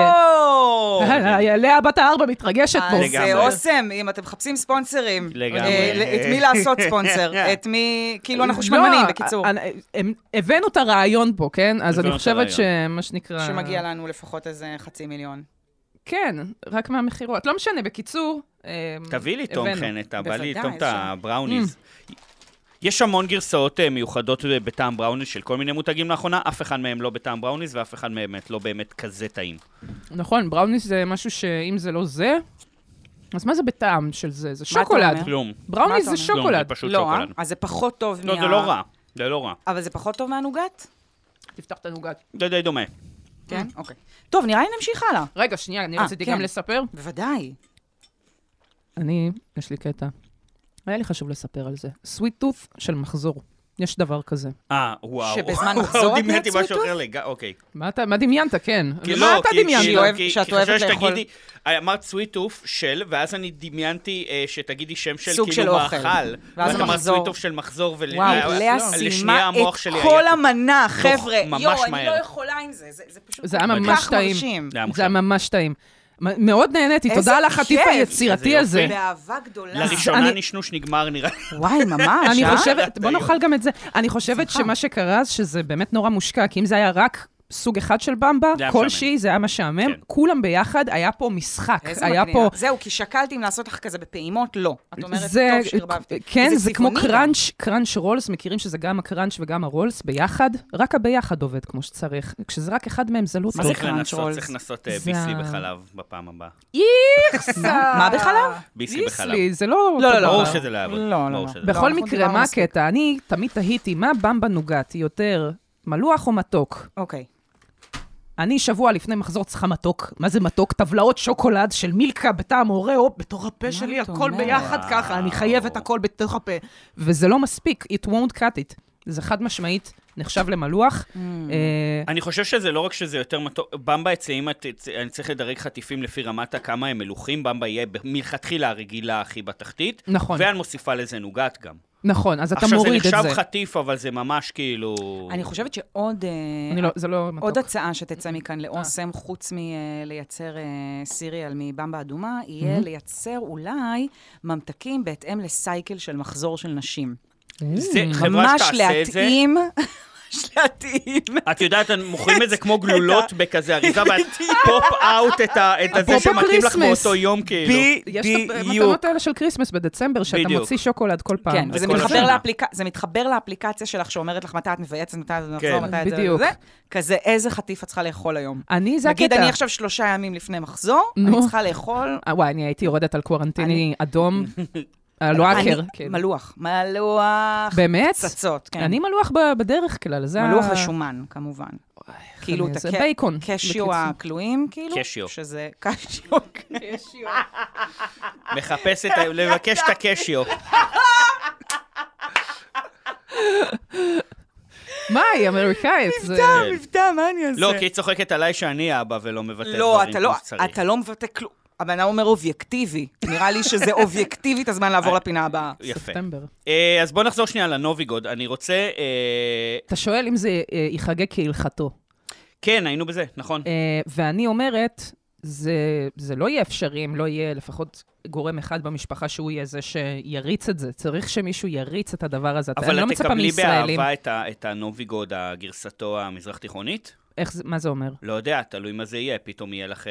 [SPEAKER 3] לאה בת 4 מתרגשת פה.
[SPEAKER 2] זה אוסם, אם אתם מחפשים ספונסרים.
[SPEAKER 1] לגמרי.
[SPEAKER 2] את מי לעשות ספונסר? את מי... כאילו אנחנו שמנמנים, בקיצור.
[SPEAKER 3] הבאנו את הרעיון פה, כן? אז אני חושבת שמה שנקרא...
[SPEAKER 2] שמגיע לנו לפחות איזה 500,000.
[SPEAKER 3] כן, רק מהמחירות. לא משנה, בקיצור...
[SPEAKER 1] תביא לי תום חנת, בא לי תום את הבראוניז. יש המון גרסאות מיוחדות בטעם בראוניז של כל מיני מותגים לאחרונה, אף אחד מהם לא בטעם בראוניז, ואף אחד מהם לא באמת כזה טעים.
[SPEAKER 3] נכון, בראוניז זה משהו שאם זה לא זה, אז מה זה בטעם של זה? זה שוקולד.
[SPEAKER 1] כלום.
[SPEAKER 3] בראוניז זה שוקולד.
[SPEAKER 1] זה פשוט שוקולד.
[SPEAKER 2] אז זה פחות טוב
[SPEAKER 1] לא, זה לא רע. זה לא רע.
[SPEAKER 2] אבל זה פחות טוב מהנוגת?
[SPEAKER 3] תפתח את הנוגת.
[SPEAKER 1] זה די דומה.
[SPEAKER 2] כן? אוקיי. טוב, נראה לי נמשיך הלאה.
[SPEAKER 3] רגע, שנייה, אני רציתי גם לספר.
[SPEAKER 2] בוודאי.
[SPEAKER 3] יש לי קטע. היה לי חשוב לספר על זה. סוויט טות של מחזור. יש דבר כזה.
[SPEAKER 1] וואו.
[SPEAKER 2] שבזמן מחזור את נהיית סוויט טות?
[SPEAKER 1] אוקיי.
[SPEAKER 3] מה דמיינת, כן.
[SPEAKER 1] מה
[SPEAKER 3] אתה דמיינת?
[SPEAKER 2] שאת אוהבת לאכול.
[SPEAKER 1] אמרת סוויט טוף של, ואז אני דמיינתי שתגידי שם של
[SPEAKER 2] סוג של
[SPEAKER 1] כאילו
[SPEAKER 2] אוכל.
[SPEAKER 1] מאכל. ואז אמרת סוויט טוף של מחזור,
[SPEAKER 2] וואו, לאה סיימה את כל המנה, חבר'ה. אני לא יכולה עם זה. זה פשוט כל כך מרשים.
[SPEAKER 3] זה היה ממש טעים. מאוד נהניתי, תודה על החטיף היצירתי הזה.
[SPEAKER 2] באהבה גדולה.
[SPEAKER 1] לראשונה נשנוש נגמר נראה לי.
[SPEAKER 2] וואי, ממש,
[SPEAKER 3] אני חושבת, בוא נאכל גם את זה. אני חושבת שמה שקרה זה שזה באמת נורא מושקע, כי אם זה היה רק סוג אחד של במבה, כלשהי, זה היה משעמם, כולם ביחד, היה פה משחק.
[SPEAKER 2] איזה מגניבה. זהו, כי שקלתי אם לעשות לך כזה בפעימות, לא. את אומרת, טוב שהרבבתי.
[SPEAKER 3] כן, זה כמו קראנץ' רולס, מכירים שזה גם הקראנץ' וגם הרולס ביחד, רק הביחד עובד כמו שצריך. כשזה רק אחד מהם, זה לא טוב.
[SPEAKER 2] מה זה קראנץ' רולס?
[SPEAKER 1] צריך לנסות ביסלי בחלב בפעם הבאה.
[SPEAKER 2] מה בחלב?
[SPEAKER 1] ביסלי בחלב.
[SPEAKER 3] זה לא...
[SPEAKER 1] ברור שזה לא יעבוד.
[SPEAKER 3] בכל מקרה, מה הקטע? אני תמיד תהיתי, מה במבה נוגת? יותר מלוח או מתוק?
[SPEAKER 2] אוקיי.
[SPEAKER 3] אני שבוע לפני מחזור צריכה מתוק. מה זה מתוק? טבלאות שוקולד של מילקה בטעם אוראו, בתוך הפה שלי, הכל ביחד ככה, אני חייבת הכל בתוך הפה. וזה לא מספיק, it won't cut it. זה חד משמעית, נחשב למלוח.
[SPEAKER 1] אני חושב שזה לא רק שזה יותר מתוק, במבה אצלי, אני צריך לדרג חטיפים לפי רמת כמה הם מלוכים, במבה יהיה מלכתחילה הרגילה הכי בתחתית,
[SPEAKER 3] נכון.
[SPEAKER 1] ואני מוסיפה לזה נוגת גם.
[SPEAKER 3] נכון, אז אתה מוריד את זה.
[SPEAKER 1] עכשיו זה נחשב חטיף, אבל זה ממש כאילו...
[SPEAKER 2] אני חושבת שעוד עוד הצעה שתצא מכאן לאוסם, חוץ מלייצר סיריאל מבמבה אדומה, יהיה לייצר אולי ממתקים בהתאם לסייקל של מחזור של נשים.
[SPEAKER 1] זה חברה שתעשה את זה.
[SPEAKER 2] להתאים.
[SPEAKER 1] את יודעת, מוכרים את זה כמו גלולות בכזה אריזה, ואת פופ אאוט את זה שמתאים לך באותו יום כאילו.
[SPEAKER 3] יש את המתנות האלה של קריסמס בדצמבר, שאתה מוציא שוקולד כל פעם.
[SPEAKER 2] כן, וזה מתחבר לאפליקציה שלך שאומרת לך מתי את מבייצת, מתי את מחזור, מתי את זה וזה. כזה איזה חטיף את צריכה לאכול היום. נגיד, אני עכשיו 3 ימים לפני מחזור, אני צריכה לאכול...
[SPEAKER 3] וואי, אני הייתי יורדת על קוורנטיני אדום. לואקר.
[SPEAKER 2] מלוח.
[SPEAKER 3] באמת?
[SPEAKER 2] פצצות, כן.
[SPEAKER 3] אני מלוח בדרך כלל.
[SPEAKER 2] מלוח ושומן, כמובן. כאילו,
[SPEAKER 3] זה בייקון.
[SPEAKER 2] קשיו הכלואים, כאילו.
[SPEAKER 1] קשיו.
[SPEAKER 2] שזה קשיו.
[SPEAKER 1] מחפשת, לבקש את הקשיו.
[SPEAKER 3] מה, היא אמריקאית?
[SPEAKER 2] מבטא, מה אני אעשה?
[SPEAKER 1] לא, כי היא צוחקת עליי שאני אבא ולא מבטא דברים כמו שצריך.
[SPEAKER 2] אתה לא מבטא כלום. אבל אני אומר אובייקטיבי. נראה לי שזה אובייקטיבית הזמן לעבור לפינה הבאה.
[SPEAKER 1] יפה.
[SPEAKER 3] ספטמבר.
[SPEAKER 1] אז בוא נחזור שנייה לנוביגוד. אני רוצה...
[SPEAKER 3] אתה שואל אם זה יחגג כהלכתו.
[SPEAKER 1] כן, היינו בזה, נכון.
[SPEAKER 3] ואני אומרת, זה לא יהיה אפשרי אם לא יהיה לפחות גורם אחד במשפחה שהוא יהיה זה שיריץ את זה. צריך שמישהו יריץ את הדבר הזה.
[SPEAKER 1] אבל את תקבלי באהבה את הנוביגוד, הגרסתו המזרח תיכונית?
[SPEAKER 3] מה זה אומר?
[SPEAKER 1] לא יודע, תלוי מה זה יהיה. פתאום יהיה לך...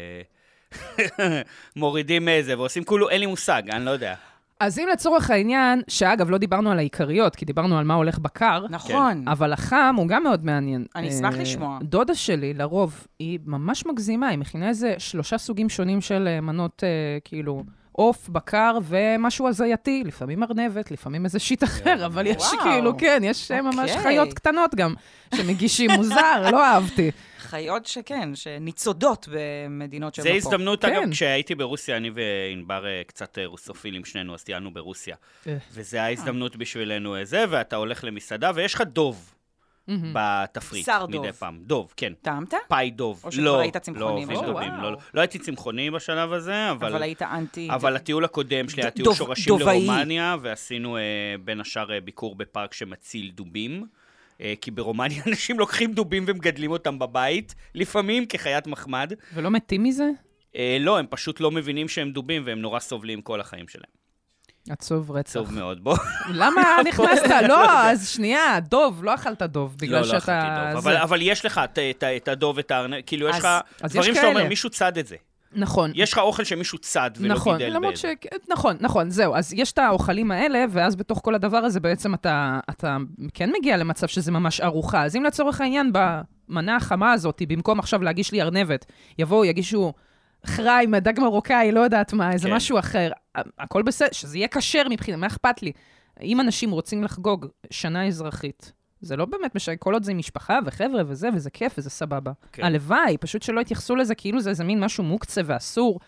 [SPEAKER 1] מורידים איזה, ועושים כולו, אין לי מושג, אני לא יודע.
[SPEAKER 3] אז אם לצורך העניין, שאגב, לא דיברנו על העיקריות, כי דיברנו על מה הולך בקר.
[SPEAKER 2] נכון.
[SPEAKER 3] אבל החם הוא גם מאוד מעניין.
[SPEAKER 2] אני אשמח לשמוע.
[SPEAKER 3] דודה שלי, לרוב, היא ממש מגזימה, היא מכינה איזה 3 סוגים שונים של מנות, כאילו, עוף, בקר ומשהו הזייתי, לפעמים ארנבת, לפעמים איזה שיט אחר, אבל יש כאילו, כן, יש ממש חיות קטנות גם, שמגישים מוזר, לא אהבתי.
[SPEAKER 2] חיות שכן, שניצודות במדינות שבו.
[SPEAKER 1] זה הזדמנות, אגב, כשהייתי ברוסיה, אני וענבר קצת רוסופילים שנינו, אז תיאלנו ברוסיה. וזה ההזדמנות בשבילנו איזה, ואתה הולך למסעדה, ויש לך דוב בתפריט מדי פעם. דוב, כן.
[SPEAKER 2] טעמת?
[SPEAKER 1] פאי דוב.
[SPEAKER 2] או שכבר היית צמחוני?
[SPEAKER 1] לא הייתי צמחוני בשלב הזה,
[SPEAKER 2] אבל היית אנטי...
[SPEAKER 1] אבל הטיול הקודם שלי היה טיול שורשים לרומניה, ועשינו בין השאר ביקור בפארק שמציל דובים. כי ברומניה אנשים לוקחים דובים ומגדלים אותם בבית, לפעמים כחיית מחמד.
[SPEAKER 3] ולא מתים מזה?
[SPEAKER 1] לא, הם פשוט לא מבינים שהם דובים, והם נורא סובלים כל החיים שלהם.
[SPEAKER 3] עצוב רצח.
[SPEAKER 1] עצוב מאוד, בוא.
[SPEAKER 3] למה נכנסת? לא, אז שנייה, דוב, לא אכלת דוב, בגלל שאתה...
[SPEAKER 1] לא אכלתי דוב, אבל יש לך את הדוב, את הארנב, כאילו יש לך דברים שאתה אומר, מישהו צד את זה.
[SPEAKER 3] נכון.
[SPEAKER 1] יש לך אוכל שמישהו צד ולא גידל באיזה.
[SPEAKER 3] נכון, זהו. אז יש את האוכלים האלה, ואז בתוך כל הדבר הזה בעצם אתה כן מגיע למצב שזה ממש ארוחה. אז אם לצורך העניין במנה החמה הזאת, במקום עכשיו להגיש לי ארנבת, יבואו, יגישו חרא עם דג מרוקאי, לא יודעת מה, איזה משהו אחר. הכל בסדר, שזה יהיה כשר מבחינה, מה אכפת לי? אם אנשים רוצים לחגוג שנה אזרחית, זה לא באמת משנה, כל עוד זה עם משפחה וחבר'ה וזה, וזה כיף וזה סבבה. הלוואי, פשוט שלא התייחסו לזה כאילו זה איזה מין משהו מוקצה ואסור,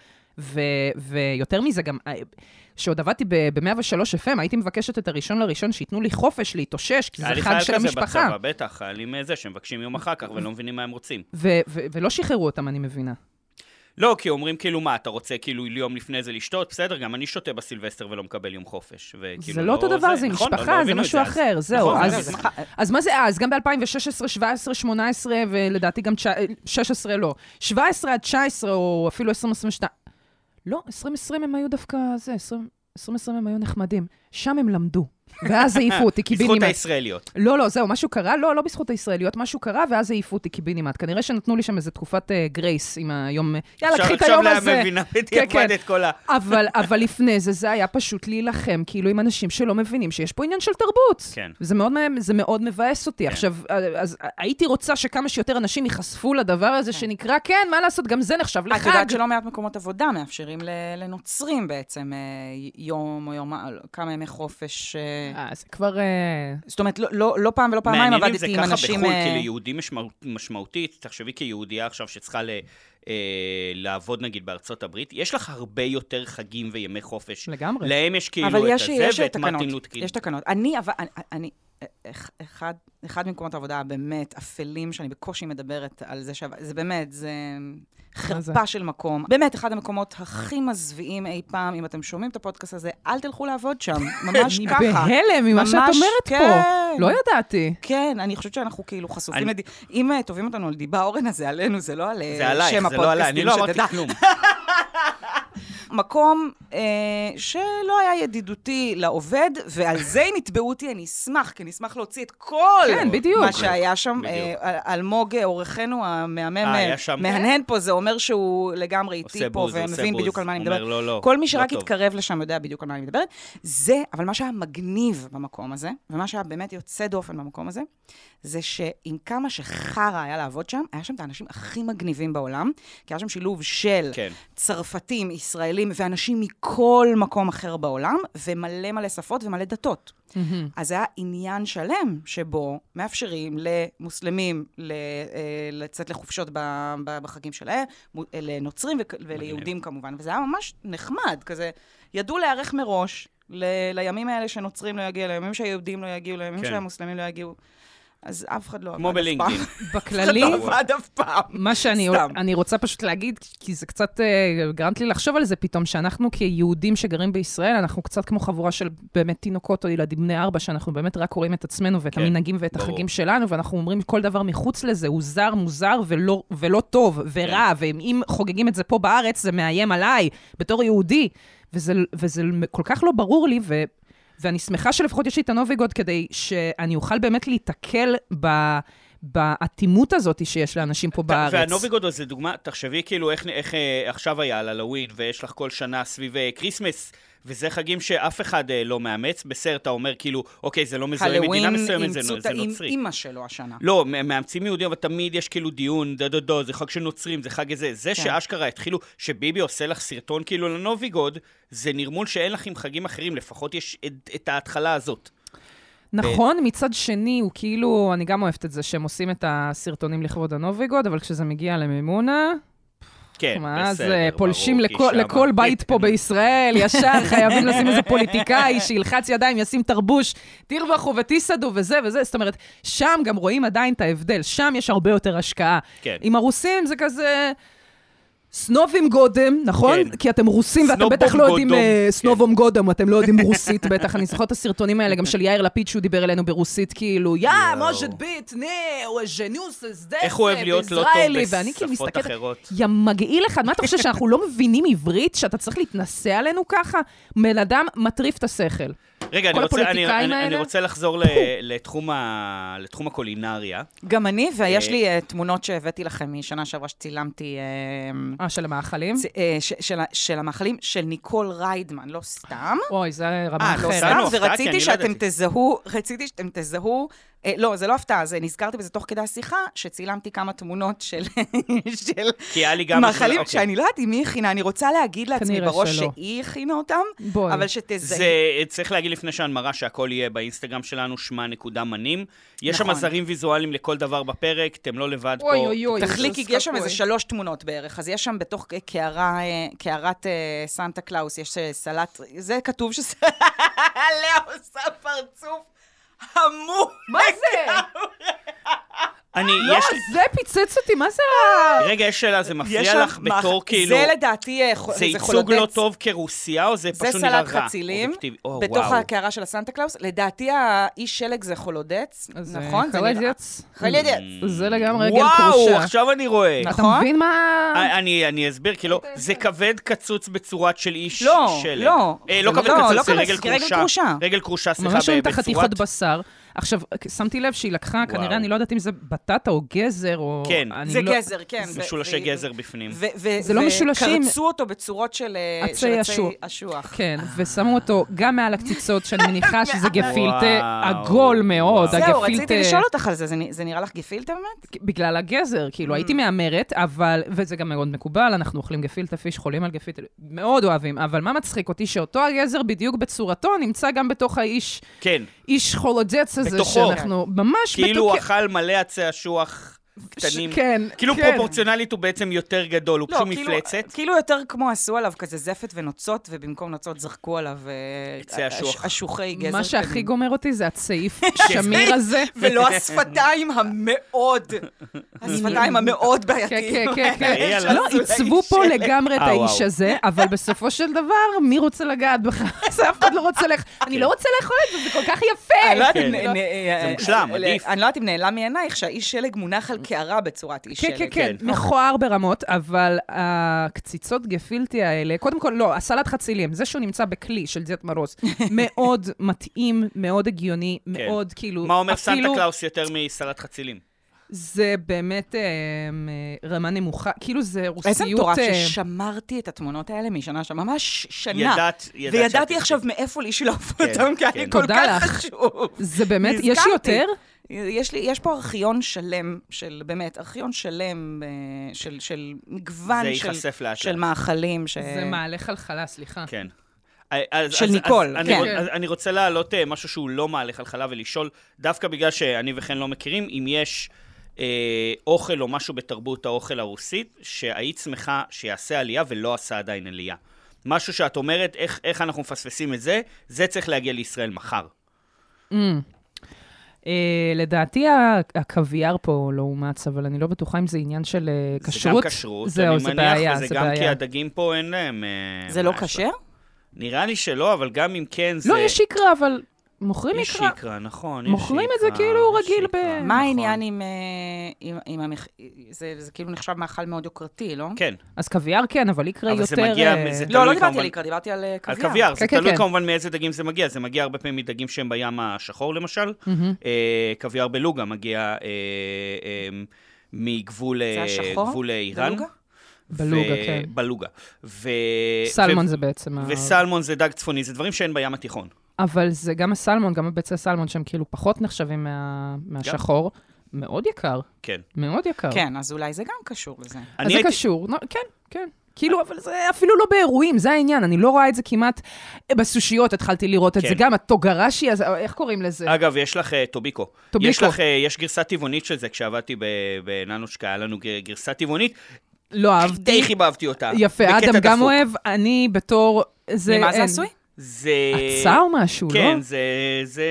[SPEAKER 3] ויותר מזה גם, שעוד עבדתי ב-103 FM, הייתי מבקשת את הראשון לראשון שיתנו לי חופש להתאושש, כי זה חג של המשפחה.
[SPEAKER 1] היה לי חייל כזה בצבא, בטח, חיילים זה שמבקשים יום אחר כך ולא מבינים מה הם רוצים.
[SPEAKER 3] ולא שחררו אותם, אני מבינה.
[SPEAKER 1] לא, כי אומרים כאילו מה, אתה רוצה כאילו יום לפני זה לשתות, בסדר, גם אני שותה בסילבסטר ולא מקבל יום חופש.
[SPEAKER 3] זה לא אותו דבר, זה משפחה, זה משהו אחר, זהו. אז מה זה אז? גם ב-2016, 17, 18, ולדעתי גם 16 לא. 17 עד 19, או אפילו 2022. לא, 2020 הם היו דווקא, 2020 הם היו נחמדים. שם הם למדו. ואז העיפו אותי קיבינימט.
[SPEAKER 1] בזכות הישראליות.
[SPEAKER 3] לא, זהו, משהו קרה, לא בזכות הישראליות, משהו קרה, ואז העיפו אותי קיבינימט. כנראה שנתנו לי שם איזו תקופת גרייס עם היום, יאללה, קחי את היום הזה.
[SPEAKER 1] עכשיו להם מבינה בדיעבד את כל ה...
[SPEAKER 3] אבל לפני זה היה פשוט להילחם, כאילו עם אנשים שלא מבינים שיש פה עניין של תרבות.
[SPEAKER 1] כן.
[SPEAKER 3] זה מאוד מבאס אותי. עכשיו, אז הייתי רוצה שכמה שיותר אנשים ייחשפו לדבר הזה שנקרא, כן, מה לעשות, גם זה נחשב לחג.
[SPEAKER 2] את יודעת שלא מעט מקומות עבודה מאפשרים לנוצרים בעצם יום או יום, כמה ימי חופש
[SPEAKER 3] זה כבר...
[SPEAKER 2] זאת אומרת, לא פעם ולא פעמיים עבדתי עם אנשים...
[SPEAKER 1] מעניין אם זה ככה בחול, כי ליהודי משמעותית, תחשבי כיהודייה עכשיו שצריכה לעבוד נגיד בארצות הברית, יש לך הרבה יותר חגים וימי חופש.
[SPEAKER 3] לגמרי.
[SPEAKER 1] להם יש כאילו את הזה ואת מרטין לותר קינג.
[SPEAKER 2] יש תקנות. אני אחד ממקומות העבודה הבאמת אפלים, שאני בקושי מדברת על זה, זה באמת, זה חרפה של מקום. באמת, אחד המקומות הכי מזוויעים אי פעם, אם אתם שומעים את הפודקאסט הזה, אל תלכו לעבוד שם, ממש ככה.
[SPEAKER 3] אני בהלם ממה שאת אומרת פה. לא ידעתי.
[SPEAKER 2] כן, אני חושבת שאנחנו כאילו חשופים אם תובעים אותנו על דיבה אורן הזה, עלינו, זה לא על שם הפודקאסט.
[SPEAKER 1] זה לא עליי, אני לא אמרתי כלום.
[SPEAKER 2] מקום שלא היה ידידותי לעובד, ועל זה אם יתבעו אותי, אני אשמח, כי אני אשמח להוציא את כל מה שהיה שם. אלמוג, עורכנו המהמם, מהנהן פה, זה אומר שהוא לגמרי איתי פה, ומבין בדיוק על מה אני מדברת. כל מי שרק יתקרב לשם יודע בדיוק על מה אני מדברת. זה, אבל מה שהיה מגניב במקום הזה, ומה שהיה באמת יוצא דופן במקום הזה, זה שעם כמה שחרה היה לעבוד שם, היה שם את האנשים הכי מגניבים בעולם, כי היה שם שילוב של צרפתים, ישראלים, ואנשים מכל מקום אחר בעולם, ומלא מלא שפות ומלא דתות. אז זה היה עניין שלם, שבו מאפשרים למוסלמים לצאת לחופשות בחגים שלהם, לנוצרים וליהודים כמובן, וזה היה ממש נחמד, כזה, ידעו להיערך מראש, לימים האלה שנוצרים לא יגיעו, לימים שהיהודים לא יגיעו, לימים שהמוסלמים לא יגיעו. אז אף אחד לא עבד אף פעם.
[SPEAKER 1] כמו בלינקדין.
[SPEAKER 3] בכללי,
[SPEAKER 2] אף אחד לא עבד אף פעם.
[SPEAKER 3] מה שאני רוצה פשוט להגיד, כי זה קצת גרמת לי לחשוב על זה פתאום, שאנחנו כיהודים שגרים בישראל, אנחנו קצת כמו חבורה של באמת תינוקות או ילדים בני 4, שאנחנו באמת רק קוראים את עצמנו ואת המנהגים ואת החגים שלנו, ואנחנו אומרים כל דבר מחוץ לזה, הוא זר, מוזר ולא טוב ורע, ואם חוגגים את זה פה בארץ, זה מאיים עליי בתור יהודי, וזה כל כך לא ברור לי, ואני שמחה שלפחות יש לי את הנוביגוד כדי שאני אוכל באמת להתקל באטימות הזאת שיש לאנשים פה בארץ.
[SPEAKER 1] והנוביגוד זה דוגמה, תחשבי כאילו איך עכשיו היה על הלווין, ויש לך כל שנה סביב קריסמס, וזה חגים שאף אחד לא מאמץ. בסדר, אתה אומר כאילו, אוקיי, זה לא מזוהה מדינה מסוימת, זה נוצרי.
[SPEAKER 2] הלווין אימצו את האמא שלו השנה.
[SPEAKER 1] לא, מאמצים יהודים, אבל תמיד יש כאילו דיון, זה חג של נוצרים, זה חג איזה. זה שאשכרה התחילו, שביבי עושה לך סרטון כאילו לנוביגוד, זה נרמול שאין לך עם חגים אחרים, לפחות יש את ההתחלה הזאת.
[SPEAKER 3] נכון, מצד שני, הוא כאילו, אני גם אוהבת את זה, שהם עושים את הסרטונים לכבוד הנוביגוד, אבל כשזה מגיע למימונה...
[SPEAKER 1] כן,
[SPEAKER 3] בסדר, אז פולשים לכל בית פה בישראל, ישר חייבים לשים איזה פוליטיקאי שילחץ ידיים, ישים תרבוש, תרווחו ותיסדו וזה וזה. זאת אומרת, שם גם רואים עדיין את ההבדל, שם יש הרבה יותר השקעה. עם הרוסים זה כזה... סנובים גודם, נכון? כי אתם רוסים ואתם בטח לא יודעים סנובום גודם, אתם לא יודעים רוסית בטח. אני זוכרת את הסרטונים האלה, גם של יאיר לפיד שהוא דיבר אלינו ברוסית, כאילו, מוז'ת ביט, ז'ניוס,
[SPEAKER 1] איך הוא אוהב להיות לא טוב בשפות אחרות?
[SPEAKER 3] מגעיל אחד, מה אתה חושב שאנחנו לא מבינים עברית, שאתה צריך להתנסה עלינו ככה? בן אדם מטריף את השכל.
[SPEAKER 1] רגע, אני רוצה לחזור לתחום הקולינריה.
[SPEAKER 2] גם אני, ויש לי תמונות שהבאתי לכם משנה שעברה שצילמתי...
[SPEAKER 3] של המאכלים?
[SPEAKER 2] של המאכלים, של ניקול ריידמן, לא סתם.
[SPEAKER 3] אוי, זה רמה אחרת.
[SPEAKER 2] לא סתם, ורציתי שאתם תזהו, לא, זה לא הפתעה, נזכרתי בזה תוך כדי השיחה, שצילמתי כמה תמונות של מאכלים, שאני לא יודעת אם היא הכינה, אני רוצה להגיד לעצמי בראש שהיא הכינה אותם, אבל שתזהי.
[SPEAKER 1] צריך להגיד לפני שהנמרה שהכל יהיה באינסטגרם שלנו, שמה.מנים. יש שם עזרים ויזואליים לכל דבר בפרק, אתם לא לבד פה.
[SPEAKER 2] תחליקי, יש שם איזה 3 תמונות בערך, אז יש שם בתוך קערת סנטה קלאוס, יש סלט, זה כתוב לאה עושה פרצוף המום.
[SPEAKER 3] מה זה? לא, זה פיצץ אותי, מה זה?
[SPEAKER 1] רגע, יש שאלה, זה מפריע לך בתור כאילו...
[SPEAKER 2] זה לדעתי...
[SPEAKER 1] זה ייצוג לא טוב כרוסיה, או זה פשוט נראה רע?
[SPEAKER 2] זה סלט חצילים, בתוך הקערה של הסנטה קלאוס. לדעתי, האיש שלג זה חולדץ, נכון?
[SPEAKER 3] חלדץ.
[SPEAKER 2] חלדץ.
[SPEAKER 3] זה לגמרי רגל קרושה.
[SPEAKER 1] וואו, עכשיו אני רואה.
[SPEAKER 3] אתה מבין מה...
[SPEAKER 1] אני אסביר, כאילו, זה כבד קצוץ בצורת של איש שלג.
[SPEAKER 2] לא,
[SPEAKER 1] לא כבד קצוץ, זה רגל קרושה. רגל קרושה, סליחה,
[SPEAKER 3] ממש עם חתיכות בשר. עכשיו, שמתי לב שהיא לקחה, כנראה, אני לא יודעת אם זה בטטה או גזר, או...
[SPEAKER 1] כן,
[SPEAKER 2] זה גזר, כן.
[SPEAKER 1] זה משולשי גזר בפנים.
[SPEAKER 3] זה לא משולשים.
[SPEAKER 2] וקרצו אותו בצורות של עצי אשוח.
[SPEAKER 3] כן, ושמו אותו גם מעל הקציצות, שאני מניחה שזה גפילטה עגול מאוד.
[SPEAKER 2] זהו, רציתי לשאול אותך על זה, זה נראה לך גפילטה באמת?
[SPEAKER 3] בגלל הגזר, כאילו, הייתי מאמרת, אבל, וזה גם מאוד מקובל, אנחנו אוכלים גפילטה פיש, חולים על גפילטה, מאוד אוהבים, אבל מה מצחיק אותי שאותו הגזר בדיוק בצורתו נמצא גם בתוך האיש,
[SPEAKER 1] כן.
[SPEAKER 3] איש חולודץ הזה,
[SPEAKER 1] בתוכו.
[SPEAKER 3] שאנחנו ממש
[SPEAKER 1] כאילו הוא אכל מלא עצי אשוח קטנים.
[SPEAKER 3] כן,
[SPEAKER 1] כאילו
[SPEAKER 3] כן.
[SPEAKER 1] פרופורציונלית הוא בעצם יותר גדול, הוא פשוט מפלצת.
[SPEAKER 2] כאילו יותר כמו עשו עליו כזה זפת ונוצות, ובמקום נוצות זרקו עליו אשוחי גזר.
[SPEAKER 3] מה שהכי גומר אותי זה הצעיף שמיר הזה.
[SPEAKER 2] ולא השפתיים המאוד בעייתיים.
[SPEAKER 3] כן, כן. לא, עיצבו פה לגמרי את האיש הזה, אבל בסופו של דבר, מי רוצה לגעת בך? זה אף אחד לא רוצה אני לא רוצה לאכול את זה, זה כל כך יפה.
[SPEAKER 1] זה מושלם, עדיף.
[SPEAKER 2] אני לא יודעת אם נעלם מעינייך שהאיש שלג מונח על קערה בצורת איש שלג.
[SPEAKER 3] כן, כן, כן, מכוער ברמות, אבל הקציצות גפילטי האלה, קודם כל, לא, הסלט חצילים, זה שהוא נמצא בכלי של זית מרוס, מאוד מתאים, מאוד הגיוני, מאוד כאילו...
[SPEAKER 1] מה אומר סנטה קלאוס יותר מסלט חצילים?
[SPEAKER 2] זה
[SPEAKER 3] באמת רמה נמוכה, כאילו זה רוסיות...
[SPEAKER 2] איזה מטורף ששמרתי את התמונות האלה משנה, ממש שנה. וידעתי עכשיו מאיפה לשלוף אותם, כי אני כל כך חשוב.
[SPEAKER 3] זה באמת, יש יותר?
[SPEAKER 2] יש פה ארכיון שלם, באמת, ארכיון שלם של מגוון של מאכלים.
[SPEAKER 3] זה מעלה חלחלה, סליחה.
[SPEAKER 1] כן.
[SPEAKER 2] של ניקול, כן.
[SPEAKER 1] אני רוצה להעלות משהו שהוא לא מעלה חלחלה ולשאול, דווקא בגלל שאני וכן לא מכירים, אם יש אוכל או משהו בתרבות האוכל הרוסית, שהיית שמחה שיעשה עלייה ולא עשה עדיין עלייה. משהו שאת אומרת, איך אנחנו מפספסים את זה, זה צריך להגיע לישראל מחר.
[SPEAKER 3] לדעתי הקוויאר פה לא אומץ, אבל אני לא בטוחה אם זה עניין של כשרות.
[SPEAKER 1] זה גם כשרות,
[SPEAKER 3] זהו, זה בעיה,
[SPEAKER 1] זה גם כי הדגים פה אין להם...
[SPEAKER 2] זה לא כשר?
[SPEAKER 1] נראה לי שלא, אבל גם אם כן זה...
[SPEAKER 3] לא, יש יקרה, אבל מוכרים יקרה.
[SPEAKER 1] יש יקרה, נכון, יש
[SPEAKER 3] מוכרים את זה כאילו רגיל ב...
[SPEAKER 2] מה העניין עם זה כאילו נחשב מאכל מאוד יוקרתי, לא?
[SPEAKER 1] כן.
[SPEAKER 3] אז קוויאר כן, אבל יקרה יותר...
[SPEAKER 1] אבל זה מגיע...
[SPEAKER 2] לא דיברתי על יקרה, דיברתי על קוויאר.
[SPEAKER 1] על קוויאר, זה תלוי כמובן מאיזה דגים זה מגיע. זה מגיע הרבה פעמים מדגים שהם בים השחור, למשל. קוויאר בלוגה מגיע מגבול איראן.
[SPEAKER 3] בלוגה, כן.
[SPEAKER 1] בלוגה.
[SPEAKER 3] סלמון זה בעצם...
[SPEAKER 1] וסלמון זה דג צפוני, זה דברים שאין בים התיכון.
[SPEAKER 3] אבל זה גם הסלמון, גם הביצי סלמון, שהם כאילו פחות נחשבים מהשחור. מאוד יקר.
[SPEAKER 1] כן.
[SPEAKER 3] מאוד יקר.
[SPEAKER 2] כן, אז אולי זה גם קשור לזה.
[SPEAKER 3] אז זה קשור, כן, כן. כאילו, אבל זה אפילו לא באירועים, זה העניין. אני לא רואה את זה כמעט בסושיות, התחלתי לראות את זה גם. הטוגרשי, איך קוראים לזה?
[SPEAKER 1] אגב, יש לך טוביקו. יש גרסה טבעונית של זה, כשעבדתי בננושקה, היה לנו גרסה טבעונית.
[SPEAKER 3] לא אהבתי.
[SPEAKER 1] די חיבבתי אותה.
[SPEAKER 3] יפה, אדם גם אוהב, אני בתור...
[SPEAKER 2] ממה זה עשוי?
[SPEAKER 1] זה...
[SPEAKER 3] עצה או משהו, לא?
[SPEAKER 1] כן, זה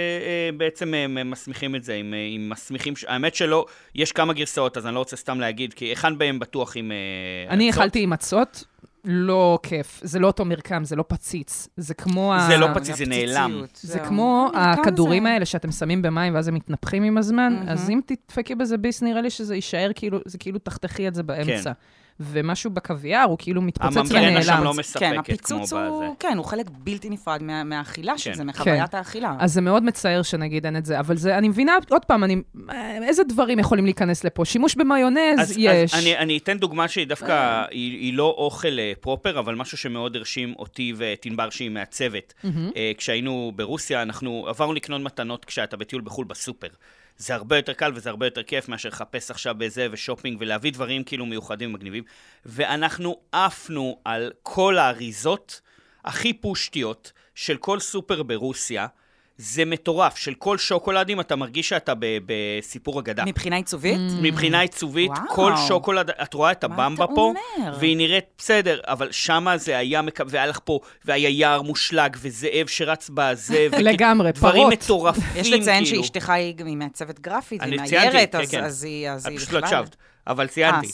[SPEAKER 1] בעצם מסמיכים את זה, עם מסמיכים, האמת שלא, יש כמה גרסאות, אז אני לא רוצה סתם להגיד, כי אחד בהם בטוח עם
[SPEAKER 3] אני אכלתי עם עצות, לא כיף, זה לא אותו מרקם, זה לא פציץ, זה כמו...
[SPEAKER 1] זה לא פציץ, זה נעלם.
[SPEAKER 3] זה כמו הכדורים האלה שאתם שמים במים ואז הם מתנפחים עם הזמן, אז אם תדפקי בזה ביס, נראה לי שזה יישאר כאילו, זה כאילו תחתכי את זה באמצע. ומשהו בקוויאר, הוא כאילו מתפוצץ ונעלם.
[SPEAKER 1] הממברנה שם לא מספקת
[SPEAKER 2] כן,
[SPEAKER 1] כמו
[SPEAKER 2] הפיצוץ
[SPEAKER 1] בזה.
[SPEAKER 2] הוא, כן, הוא חלק בלתי נפרד מהאכילה של זה, מחוויית האכילה.
[SPEAKER 3] אז זה מאוד מצער שנגיד אין את זה, אבל זה, אני מבינה, עוד פעם, איזה דברים יכולים להיכנס לפה? שימוש במיונז יש.
[SPEAKER 1] אז אני אתן דוגמה שהיא דווקא, היא לא אוכל פרופר, אבל משהו שמאוד הרשים אותי ותנבר שהיא מעצבת. כשהיינו ברוסיה, אנחנו עברנו לקנות מתנות כשאתה בטיול בחול בסופר. זה הרבה יותר קל וזה הרבה יותר כיף מאשר לחפש עכשיו בזה ושופינג ולהביא דברים כאילו מיוחדים ומגניבים. ואנחנו עפנו על כל האריזות הכי פושטיות של כל סופר ברוסיה. זה מטורף, של כל שוקולדים אתה מרגיש שאתה בסיפור אגדה.
[SPEAKER 2] מבחינה עיצובית?
[SPEAKER 1] מבחינה עיצובית, כל שוקולד, את רואה את הבמבה פה, והיא נראית בסדר, אבל שמה זה היה, והיה לך פה, והיה יער מושלג, וזאב שרץ בזה,
[SPEAKER 3] לגמרי, פרות.
[SPEAKER 1] דברים מטורפים.
[SPEAKER 2] יש לציין שאשתך היא מעצבת גרפית, היא מאיירת, אז היא...
[SPEAKER 1] פשוט לא הקשבת, אבל ציינתי.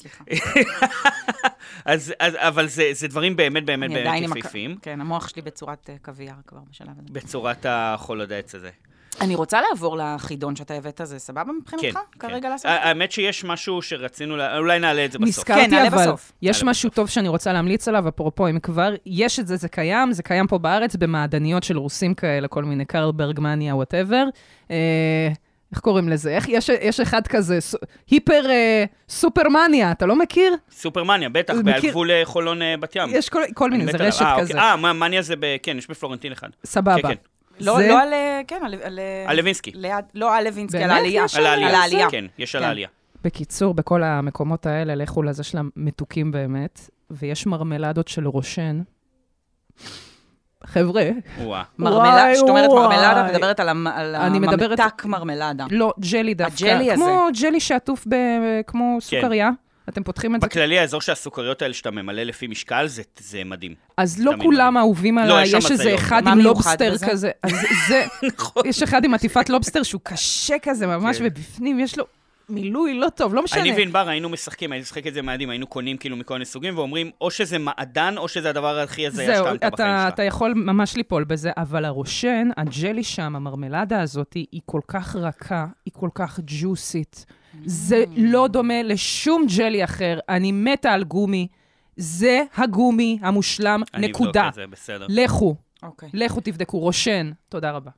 [SPEAKER 1] אבל זה דברים באמת באמת באמת יפהפיים.
[SPEAKER 2] כן, המוח שלי בצורת קוויאר כבר בשלב הזה.
[SPEAKER 1] בצורת החולדץ הזה.
[SPEAKER 2] אני רוצה לעבור לחידון שאתה הבאת, זה סבבה מבחינתך? כרגע לעשות?
[SPEAKER 1] האמת שיש משהו שרצינו, אולי נעלה את זה בסוף.
[SPEAKER 3] נזכרתי, אבל יש משהו טוב שאני רוצה להמליץ עליו, אפרופו, אם כבר יש את זה, זה קיים פה בארץ, במעדניות של רוסים כאלה, כל מיני קרלברג, מניה, whatever. איך קוראים לזה? יש אחד כזה, סופרמניה, אתה לא מכיר?
[SPEAKER 1] סופרמניה, בטח, בעל גבול חולון בת ים.
[SPEAKER 3] יש כל מיני, זה רשת כזה.
[SPEAKER 1] מניה זה, כן, יש בפלורנטין אחד.
[SPEAKER 3] סבבה.
[SPEAKER 2] לא על, כן,
[SPEAKER 1] על לוינסקי.
[SPEAKER 2] לא על לוינסקי, על העלייה.
[SPEAKER 1] על העלייה, כן, יש על העלייה.
[SPEAKER 3] בקיצור, בכל המקומות האלה, לכו לזה של המתוקים באמת, ויש מרמלדות של רושן. חבר'ה.
[SPEAKER 2] מרמלדה, זאת אומרת מרמלדה, מדברת על הממתק מרמלדה.
[SPEAKER 3] לא, ג'לי דווקא.
[SPEAKER 2] הג'לי הזה.
[SPEAKER 3] כמו ג'לי שעטוף כמו סוכריה. אתם פותחים את זה.
[SPEAKER 1] בכללי, האזור שהסוכריות האלה שאתה ממלא לפי משקל, זה מדהים.
[SPEAKER 3] אז לא כולם אהובים עליי, יש איזה אחד עם לובסטר כזה. יש אחד עם עטיפת לובסטר שהוא קשה כזה ממש, ובפנים יש לו מילוי לא טוב, לא משנה.
[SPEAKER 1] אני וענבר, היינו משחקים, היינו משחק את זה מעדים, היינו קונים כאילו מכל מיני סוגים, ואומרים, או שזה מעדן, או שזה הדבר הכי הזה ישתנת בחיים שלך.
[SPEAKER 3] זהו, אתה יכול ממש ליפול בזה, אבל הרושן, הג'לי שם, המרמלדה הזאת, היא כל כך רכה, היא כל כך ג'וסית. זה לא דומה לשום ג'לי אחר. אני מתה על גומי. זה הגומי המושלם, נקודה.
[SPEAKER 1] אני אבדוק את זה, בסדר.
[SPEAKER 3] לכו תבדקו, רושן. תודה רבה.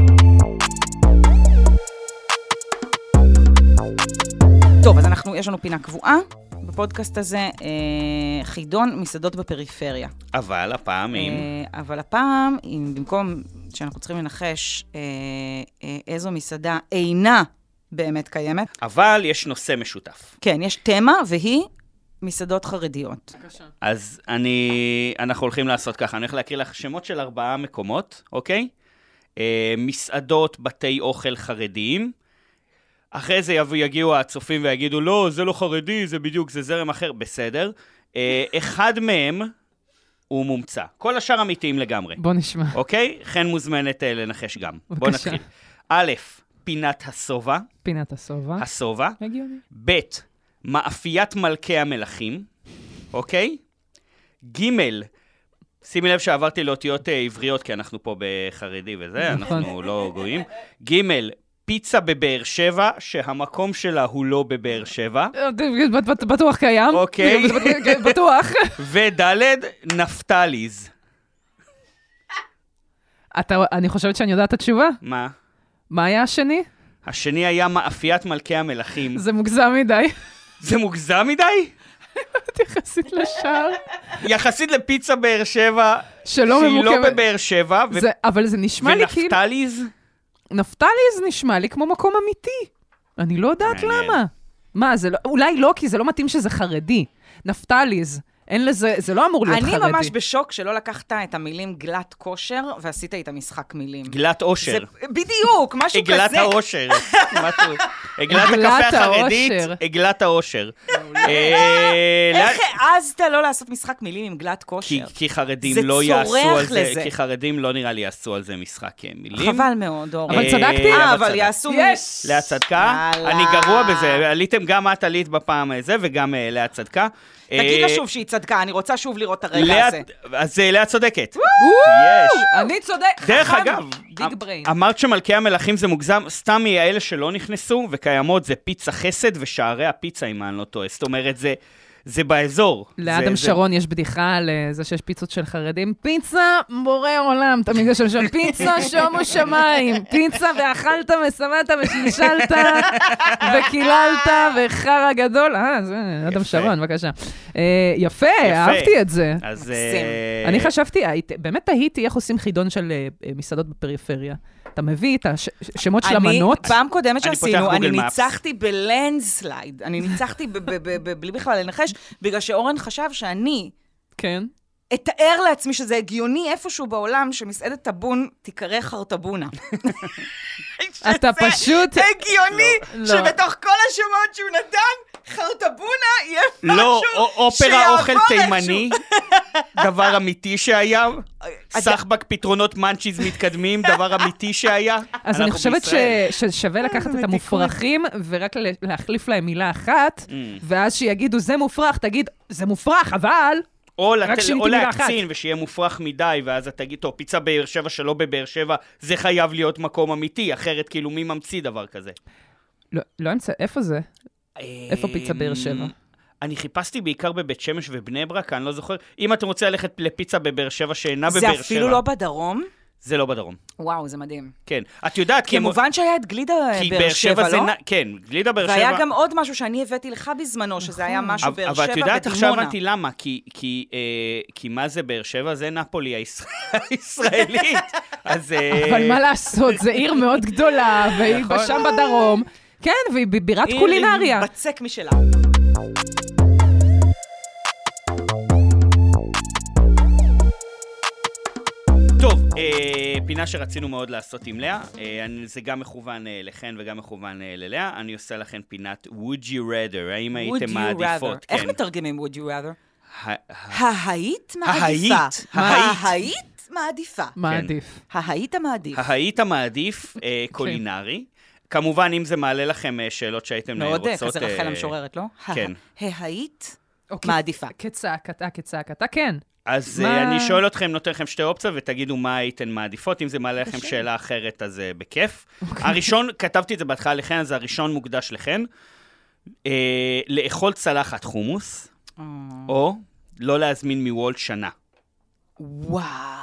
[SPEAKER 2] טוב, אז יש לנו פינה קבועה בפודקאסט הזה, חידון מסעדות בפריפריה.
[SPEAKER 1] אבל
[SPEAKER 2] הפעם, במקום שאנחנו צריכים לנחש איזו מסעדה אינה באמת קיימת.
[SPEAKER 1] אבל יש נושא משותף.
[SPEAKER 2] כן, יש תמה, והיא מסעדות חרדיות.
[SPEAKER 1] אז אנחנו הולכים לעשות ככה, אני הולך להקריא לך שמות של 4 מקומות, אוקיי? מסעדות, בתי אוכל חרדיים. אחרי זה יגיעו הצופים ויגידו, לא, זה לא חרדי, זה בדיוק, זה זרם אחר, בסדר. אחד מהם הוא מומצא. כל השאר אמיתיים לגמרי.
[SPEAKER 3] בוא נשמע.
[SPEAKER 1] אוקיי? חן מוזמנת לנחש גם. בוא נתחיל. א', פינת הסובה.
[SPEAKER 3] פינת הסובה.
[SPEAKER 1] הסובה.
[SPEAKER 3] הגיוני.
[SPEAKER 1] ב', מאפיית מלכי המלכים. אוקיי? ג', שימי לב שעברתי לאותיות עבריות, כי אנחנו פה בחרדי וזה, אנחנו לא גויים. ג', פיצה בבאר שבע, שהמקום שלה הוא לא בבאר שבע.
[SPEAKER 3] בטוח קיים.
[SPEAKER 1] אוקיי.
[SPEAKER 3] בטוח.
[SPEAKER 1] וד', נפתליז.
[SPEAKER 3] אני חושבת שאני יודעת את התשובה.
[SPEAKER 1] מה?
[SPEAKER 3] מה היה השני?
[SPEAKER 1] השני היה מאפיית מלכי המלכים.
[SPEAKER 3] זה מוגזם מדי.
[SPEAKER 1] זה מוגזם מדי?
[SPEAKER 3] יחסית לשאר.
[SPEAKER 1] יחסית לפיצה באר שבע,
[SPEAKER 3] שהיא
[SPEAKER 1] לא בבאר שבע.
[SPEAKER 3] אבל זה נשמע לי כאילו...
[SPEAKER 1] ונפתליז?
[SPEAKER 3] נפתליז נשמע לי כמו מקום אמיתי. אני לא יודעת למה. מה, אולי לא, כי זה לא מתאים שזה חרדי. נפתליז. אין לזה, זה לא אמור להיות חרדי.
[SPEAKER 2] אני ממש בשוק שלא לקחת את המילים גלת כושר, ועשית איתה משחק מילים.
[SPEAKER 1] גלת אושר.
[SPEAKER 2] בדיוק, משהו כזה.
[SPEAKER 1] גלת האושר. גלת הקפה החרדית, גלת האושר.
[SPEAKER 2] איך העזת לא לעשות משחק מילים עם גלת כושר?
[SPEAKER 1] כי חרדים לא יעשו על זה, כי חרדים לא נראה לי יעשו על זה משחק מילים.
[SPEAKER 2] חבל מאוד, אור.
[SPEAKER 3] אבל צדקתי?
[SPEAKER 2] אבל יעשו...
[SPEAKER 1] לאה צדקה. אני גרוע בזה. עליתם גם את עלית בפעם הזה, וגם לאה צדקה.
[SPEAKER 2] תגיד לה שוב שהיא צדקה, אני רוצה שוב לראות את הרגע הזה.
[SPEAKER 1] אז לאה צודקת.
[SPEAKER 2] יש. אני צודק.
[SPEAKER 1] דרך אגב,
[SPEAKER 2] ביג בריין.
[SPEAKER 1] אמרת שמלכי המלכים זה מוגזם, סתם האלה שלא נכנסו וקיימות זה פיצה חסד ושערי הפיצה, אם אני לא טועה. זאת אומרת, זה באזור.
[SPEAKER 3] לאדם שרון יש בדיחה על זה שיש פיצות של חרדים. פיצה, בורא עולם. תמיד יש שם פיצה, שומו שמיים. פיצה, ואכלת, ושמת, ושלשלת, וקיללת, וחרא גדול. זה אדם שרון, בבקשה. יפה, אהבתי את זה. אני חשבתי, באמת תהיתי איך עושים חידון של מסעדות בפריפריה. אתה מביא את השמות של המנות.
[SPEAKER 2] פעם קודמת שעשינו, אני ניצחתי בלנדסלייד. אני ניצחתי בלי בכלל לנחש, בגלל שאורן חשב שאני...
[SPEAKER 3] כן.
[SPEAKER 2] אתאר לעצמי שזה הגיוני איפשהו בעולם שמסעדת טבון תיקרא חרטבונה.
[SPEAKER 3] אתה פשוט...
[SPEAKER 2] זה הגיוני שבתוך כל השמות שהוא נתן, חרטבונה יהיה משהו
[SPEAKER 1] לא, אופרה אוכל תימני, דבר אמיתי שהיה, סחבק פתרונות מנצ'יז מתקדמים, דבר אמיתי שהיה.
[SPEAKER 3] אז אני חושבת ששווה לקחת את המופרכים, ורק להחליף להם מילה אחת, ואז שיגידו זה מופרך, תגיד זה מופרך, אבל...
[SPEAKER 1] או להקצין ושיהיה מופרך מדי, ואז אתה תגיד, טוב, פיצה באר שבע שלא בבאר שבע, זה חייב להיות מקום אמיתי, אחרת כאילו מי ממציא דבר כזה?
[SPEAKER 3] לא אמצא, איפה זה? איפה פיצה באר שבע?
[SPEAKER 1] אני חיפשתי בעיקר בבית שמש ובני ברק, אני לא זוכר. אם אתם רוצים ללכת לפיצה בבאר שבע שאינה בבאר שבע...
[SPEAKER 2] זה אפילו לא בדרום?
[SPEAKER 1] זה לא בדרום.
[SPEAKER 2] וואו, זה מדהים.
[SPEAKER 1] כן. את יודעת...
[SPEAKER 2] כמובן שהיה את גלידה באר שבע, לא?
[SPEAKER 1] כן, גלידה באר שבע...
[SPEAKER 2] והיה גם עוד משהו שאני הבאתי לך בזמנו, שזה היה משהו באר שבע
[SPEAKER 1] אבל את יודעת, עכשיו הבנתי למה, כי מה זה באר שבע? זה נפולי הישראלית.
[SPEAKER 3] אבל מה לעשות, זו עיר מאוד גדולה, והיא שם בדרום. כן, והיא בירת קולינריה.
[SPEAKER 2] בצק משלה.
[SPEAKER 1] טוב, פינה שרצינו מאוד לעשות עם לאה, זה גם מכוון לכן וגם מכוון ללאה, אני עושה לכן פינת Would You Rather, האם הייתם מעדיפות?
[SPEAKER 2] איך מתרגמים Would You Rather? ההיית מעדיפה. ההיית מעדיפה.
[SPEAKER 3] מעדיף.
[SPEAKER 2] ההיית המעדיף.
[SPEAKER 1] ההיית המעדיף קולינרי. כמובן, אם זה מעלה לכם שאלות שהייתם רוצות...
[SPEAKER 2] מאוד כזה רחל המשוררת, לא?
[SPEAKER 1] כן.
[SPEAKER 2] ההיית מעדיפה.
[SPEAKER 3] כצעקתה, כן.
[SPEAKER 1] אז אני שואל אתכם, נותן לכם שתי אופציות, ותגידו מה הייתן מעדיפות. אם זה מעלה לכם שאלה אחרת, אז בכיף. הראשון, כתבתי את זה בהתחלה לכן, אז הראשון מוקדש לכן. לאכול צלחת חומוס, או לא להזמין מוולט שנה.
[SPEAKER 2] וואו.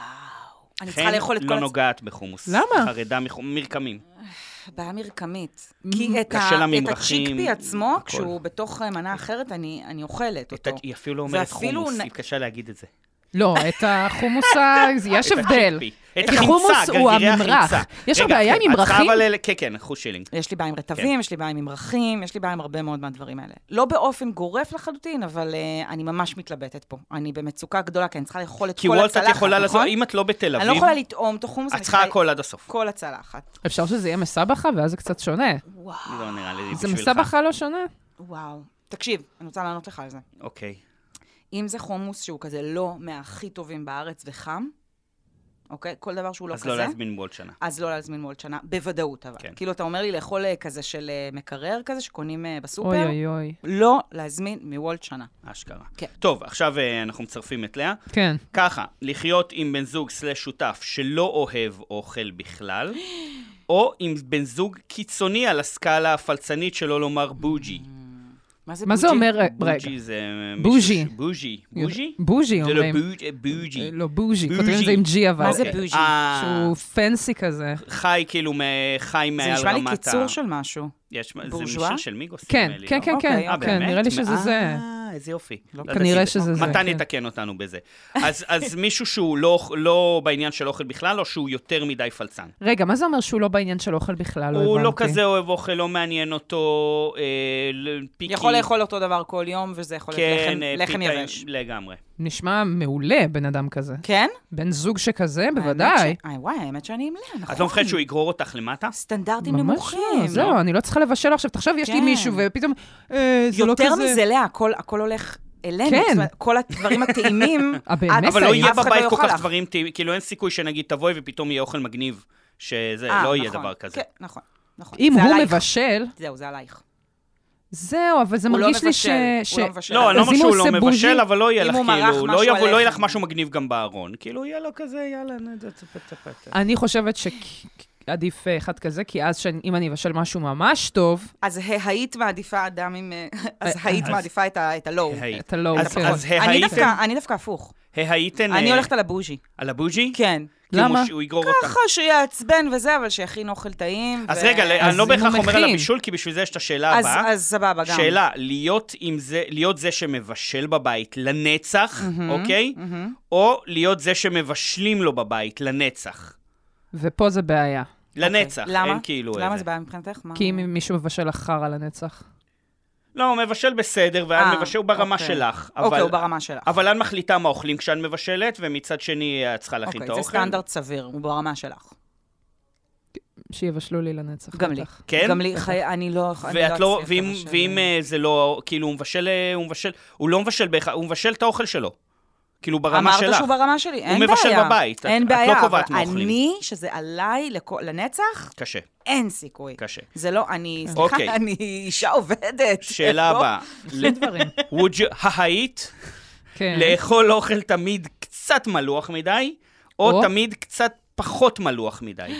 [SPEAKER 2] אני צריכה לאכול את כל...
[SPEAKER 1] לא נוגעת בחומוס.
[SPEAKER 3] למה?
[SPEAKER 1] חרדה מרקמים.
[SPEAKER 2] בעיה מרקמית. כי את הצ'יקפי עצמו, כשהוא בתוך מנה אחרת, אני אוכלת אותו.
[SPEAKER 1] היא אפילו לא אומרת חומוס, היא קשה להגיד את זה.
[SPEAKER 3] לא, את החומוס, יש הבדל.
[SPEAKER 1] את החומוס
[SPEAKER 3] הוא הממרח. יש לך בעיה עם ממרחים?
[SPEAKER 1] כן, אחוז שילינג.
[SPEAKER 2] יש לי בעיה עם רטבים, יש לי בעיה עם ממרחים, יש לי בעיה עם הרבה מאוד מהדברים האלה. לא באופן גורף לחלוטין, אבל אני ממש מתלבטת פה. אני במצוקה גדולה, כי אני צריכה לאכול את כל הצלחת, נכון?
[SPEAKER 1] אם את לא בתל אביב...
[SPEAKER 2] אני לא יכולה לטעום את החומוס,
[SPEAKER 1] את צריכה הכל עד הסוף.
[SPEAKER 2] כל הצלחת.
[SPEAKER 3] אפשר שזה יהיה מסבכה, ואז זה קצת שונה.
[SPEAKER 2] וואו.
[SPEAKER 1] לא נראה לי
[SPEAKER 3] זה
[SPEAKER 1] בשבילך.
[SPEAKER 3] מסבכה לא שונה?
[SPEAKER 2] וואו. תקשיב, אני רוצה לענות לך על זה.
[SPEAKER 1] אוקיי.
[SPEAKER 2] אם זה חומוס שהוא כזה לא מהכי טובים בארץ וחם, אוקיי? כל דבר שהוא לא כזה.
[SPEAKER 1] אז לא להזמין וולט שנה.
[SPEAKER 2] אז לא להזמין וולט שנה, בוודאות אבל. כאילו, אתה אומר לי לאכול כזה של מקרר כזה, שקונים בסופר.
[SPEAKER 3] אוי, אוי, אוי.
[SPEAKER 2] לא להזמין מוולט שנה.
[SPEAKER 1] אשכרה.
[SPEAKER 2] כן.
[SPEAKER 1] טוב, עכשיו אנחנו מצרפים את לאה.
[SPEAKER 3] כן.
[SPEAKER 1] ככה, לחיות עם בן זוג /שותף שלא אוהב אוכל בכלל, או עם בן זוג קיצוני על הסקאלה הפלצנית שלא לומר בוג'י.
[SPEAKER 3] מה זה אומר?
[SPEAKER 1] בוג'י זה...
[SPEAKER 3] בוז'י.
[SPEAKER 1] בוז'י. בוז'י?
[SPEAKER 3] בוז'י אומרים.
[SPEAKER 1] זה לא בוג'י.
[SPEAKER 3] לא, בוז'י. כותבים את זה עם ג'י אבל.
[SPEAKER 2] מה זה בוז'י?
[SPEAKER 3] שהוא פנסי כזה.
[SPEAKER 1] חי כאילו, חי מעל רמת ה...
[SPEAKER 2] זה נשמע לי קיצור של משהו.
[SPEAKER 1] זה משל של מיגוס.
[SPEAKER 3] כן, כן, כן, כן. נראה לי שזה זה.
[SPEAKER 1] איזה יופי.
[SPEAKER 3] כנראה שזה זה.
[SPEAKER 1] מתן יתקן אותנו בזה. אז מישהו שהוא לא בעניין של אוכל בכלל, או שהוא יותר מדי פלצן?
[SPEAKER 3] רגע, מה זה אומר שהוא לא בעניין של אוכל בכלל?
[SPEAKER 1] הוא לא כזה אוהב אוכל, לא מעניין אותו, פיקי.
[SPEAKER 2] יכול לאכול אותו דבר כל יום, וזה יכול להיות לחם יבש.
[SPEAKER 1] לגמרי.
[SPEAKER 3] נשמע מעולה, בן אדם כזה.
[SPEAKER 2] כן?
[SPEAKER 3] בן זוג שכזה, בוודאי.
[SPEAKER 2] וואי, האמת שאני עם לאה, נכון.
[SPEAKER 1] את לא מפחד שהוא יגרור אותך למטה?
[SPEAKER 2] סטנדרטים נמוכים.
[SPEAKER 3] זהו, אני לא צריכה לבשל עכשיו. תחשב, יש לי מישהו, ופתאום, זה לא כזה...
[SPEAKER 2] יותר מזה, לאה, הכל הולך אלינו.
[SPEAKER 3] כן.
[SPEAKER 2] כל הדברים הטעימים,
[SPEAKER 1] אבל לא יהיה בבית כל כך דברים טעימים, כאילו אין סיכוי שנגיד תבואי ופתאום יהיה אוכל מגניב, שזה לא יהיה דבר כזה.
[SPEAKER 2] כן, נכון.
[SPEAKER 3] אם הוא מבשל...
[SPEAKER 2] זהו, זה עלייך.
[SPEAKER 3] זהו, אבל זה מרגיש לי ש...
[SPEAKER 1] לא, אני לא אומר שהוא לא מבשל, אבל לא יהיה לך כאילו, לא יהיה לך משהו מגניב גם בארון. כאילו, יהיה לו כזה, יאללה,
[SPEAKER 3] אני חושבת שעדיף אחד כזה, כי אז אם אני אבשל משהו ממש טוב...
[SPEAKER 2] אז היית מעדיפה אדם עם... אז היית מעדיפה את הלואו.
[SPEAKER 3] את הלואו, כן.
[SPEAKER 2] אני דווקא הפוך.
[SPEAKER 1] הייתן...
[SPEAKER 2] אני הולכת על הבוז'י.
[SPEAKER 1] על הבוז'י?
[SPEAKER 2] כן.
[SPEAKER 3] למה?
[SPEAKER 1] הוא יגרור אותה.
[SPEAKER 2] ככה שיעצבן וזה, אבל שיכין אוכל טעים.
[SPEAKER 1] אז רגע, אני לא בהכרח אומר על הבישול, כי בשביל זה יש את השאלה הבאה.
[SPEAKER 2] אז סבבה, גם.
[SPEAKER 1] שאלה, להיות זה שמבשל בבית לנצח, אוקיי? או להיות זה שמבשלים לו בבית לנצח.
[SPEAKER 3] ופה זה בעיה.
[SPEAKER 1] לנצח, אין כאילו...
[SPEAKER 2] למה זה בעיה מבחינתך?
[SPEAKER 3] כי אם מישהו מבשל אחר על הנצח.
[SPEAKER 1] לא, הוא מבשל בסדר, והוא מבשל ברמה שלך.
[SPEAKER 2] אוקיי, הוא ברמה שלך.
[SPEAKER 1] אבל אני מחליטה מה אוכלים כשאני מבשלת, ומצד שני את צריכה להכין את האוכל.
[SPEAKER 2] זה סטנדרט סביר, הוא ברמה שלך.
[SPEAKER 3] שיבשלו לי לנצח.
[SPEAKER 2] גם לי.
[SPEAKER 1] כן?
[SPEAKER 2] גם לי, אני לא...
[SPEAKER 1] ואם זה לא, כאילו הוא לא מבשל, הוא מבשל את האוכל שלו. כאילו ברמה שלך.
[SPEAKER 2] אמרת שהוא ברמה שלי, אין בעיה.
[SPEAKER 1] הוא מבשל בבית,
[SPEAKER 2] אין
[SPEAKER 1] את לא
[SPEAKER 2] בעיה,
[SPEAKER 1] קובעת מה
[SPEAKER 2] אבל
[SPEAKER 1] אוכלים.
[SPEAKER 2] אני, שזה עליי לנצח,
[SPEAKER 1] קשה.
[SPEAKER 2] אין סיכוי.
[SPEAKER 1] קשה.
[SPEAKER 2] זה לא, סליחה, אני אישה עובדת.
[SPEAKER 1] שאלה הבאה.
[SPEAKER 3] שני דברים.
[SPEAKER 1] היית לאכול אוכל תמיד קצת מלוח מדי, או תמיד קצת פחות מלוח מדי.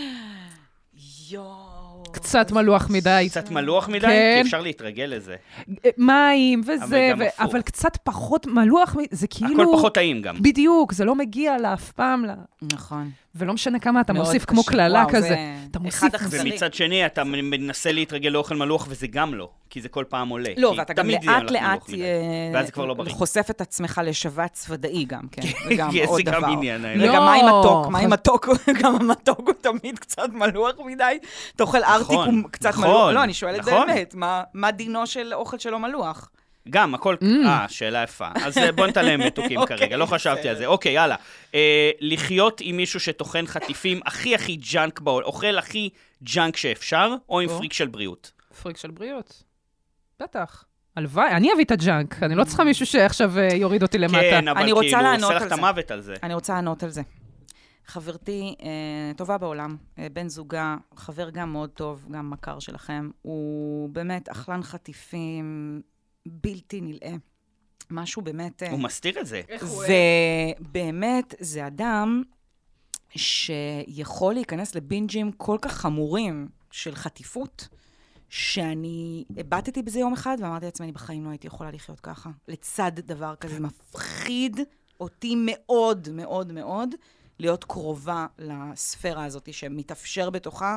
[SPEAKER 3] קצת מלוח מדי.
[SPEAKER 1] קצת מלוח מדי? כי אפשר להתרגל לזה.
[SPEAKER 3] מים וזה, אבל קצת פחות מלוח, זה כאילו...
[SPEAKER 1] הכל פחות טעים גם.
[SPEAKER 3] בדיוק, זה לא מגיע לאף פעם.
[SPEAKER 2] נכון.
[SPEAKER 3] ולא משנה כמה אתה מוסיף כמו כללה כזה. אתה מוסיף.
[SPEAKER 1] ומצד שני, אתה מנסה להתרגל לאוכל מלוח, וזה גם לא, כי זה כל פעם עולה.
[SPEAKER 2] לא, ואתה גם לאט
[SPEAKER 1] ואז זה כבר לא בריא.
[SPEAKER 2] חושף את עצמך לשבץ ודאי גם, כן. וגם
[SPEAKER 1] יש
[SPEAKER 2] עוד
[SPEAKER 1] לי גם
[SPEAKER 2] דבר.
[SPEAKER 1] עניין.
[SPEAKER 2] וגם מים מתוק, גם המתוק הוא תמיד קצת מלוח מדי. אתה אוכל ארטיק הוא קצת מלוח. לא, אני שואלת באמת, מה דינו של אוכל שלא מלוח?
[SPEAKER 1] גם, הכל... שאלה יפה. אז בוא נתעלם מתוקים כרגע, לא חשבתי על זה. אוקיי, יאללה. לחיות עם מישהו שטוחן חטיפים הכי ג'אנק בעול, אוכל הכי ג'אנק שאפשר, או עם פריק של בריאות?
[SPEAKER 3] פריק של בריאות. בטח. הלוואי, אני אביא את הג'אנק, אני לא צריכה מישהו שעכשיו יוריד אותי למטה.
[SPEAKER 1] כן, אבל כאילו, עושה לך את המוות על זה.
[SPEAKER 2] אני רוצה לענות על זה. חברתי טובה בעולם, בן זוגה, חבר גם מאוד טוב, גם מכר שלכם, הוא באמת אכלן חטיפים בלתי נלאה. משהו באמת...
[SPEAKER 1] הוא מסתיר את זה.
[SPEAKER 2] ובאמת, זה אדם שיכול להיכנס לבינג'ים כל כך חמורים של חטיפות, שאני הבטתי בזה יום אחד, ואמרתי לעצמי, אני בחיים לא הייתי יכולה לחיות ככה. לצד דבר כזה, מפחיד אותי מאוד מאוד מאוד, להיות קרובה לספירה הזאת, שמתאפשר בתוכה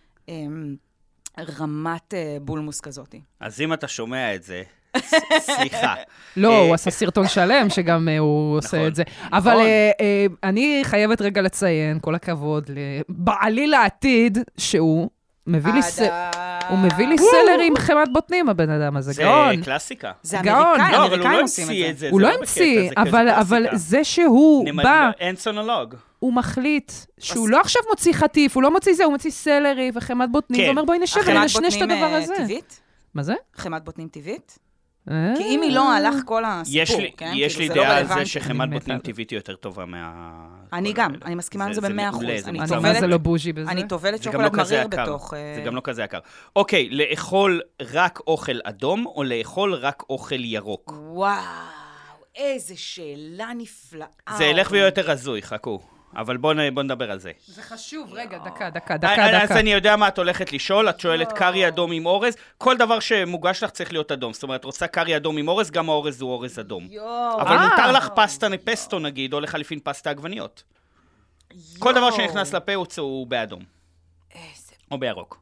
[SPEAKER 2] רמת בולמוס כזאת.
[SPEAKER 1] אז אם אתה שומע את זה, סליחה.
[SPEAKER 3] לא, הוא עשה סרטון שלם שגם הוא עושה את זה. אבל אני חייבת רגע לציין, כל הכבוד, לבעלי לעתיד, שהוא מביא לי סלרי עם חמת בוטנים, הבן אדם הזה. גאון.
[SPEAKER 1] זה קלאסיקה.
[SPEAKER 2] זה אמריקאים עושים את זה.
[SPEAKER 3] הוא לא המציא, אבל זה שהוא בא...
[SPEAKER 1] אנסונולוג.
[SPEAKER 3] הוא מחליט שהוא לא עכשיו מוציא חטיף, הוא לא מוציא זה, הוא מוציא סלרי וחמת בוטנים, הוא אומר בואי נשב ונשנש את הדבר הזה.
[SPEAKER 2] חמת בוטנים טבעית?
[SPEAKER 3] מה זה?
[SPEAKER 2] חמת בוטנים טבעית? כי אם היא לא הלך כל הסיפור, כן?
[SPEAKER 1] יש לי דעה על זה שחמת בוטנים טבעית היא יותר טובה מה...
[SPEAKER 2] אני גם, אני מסכימה על זה ב100%.
[SPEAKER 3] זה לא בוז'י בזה.
[SPEAKER 2] אני טובלת שוקולד מריר בתוך...
[SPEAKER 1] זה גם לא כזה יקר. אוקיי, לאכול רק אוכל אדום, או לאכול רק אוכל ירוק?
[SPEAKER 2] וואו, איזה שאלה נפלאה.
[SPEAKER 1] זה ילך ויהיה יותר הזוי, חכו. אבל בוא נדבר על זה.
[SPEAKER 3] זה חשוב, רגע, דקה.
[SPEAKER 1] אז אני יודע מה את הולכת לשאול, את שואלת קרי אדום עם אורז, כל דבר שמוגש לך צריך להיות אדום, זאת אומרת, רוצה קרי אדום עם אורז, גם האורז הוא אורז אדום. אבל מותר לך פסטה פסטו נגיד, או לחליפין פסטה עגבניות. כל דבר שנכנס לפה הוא באדום. או בירוק.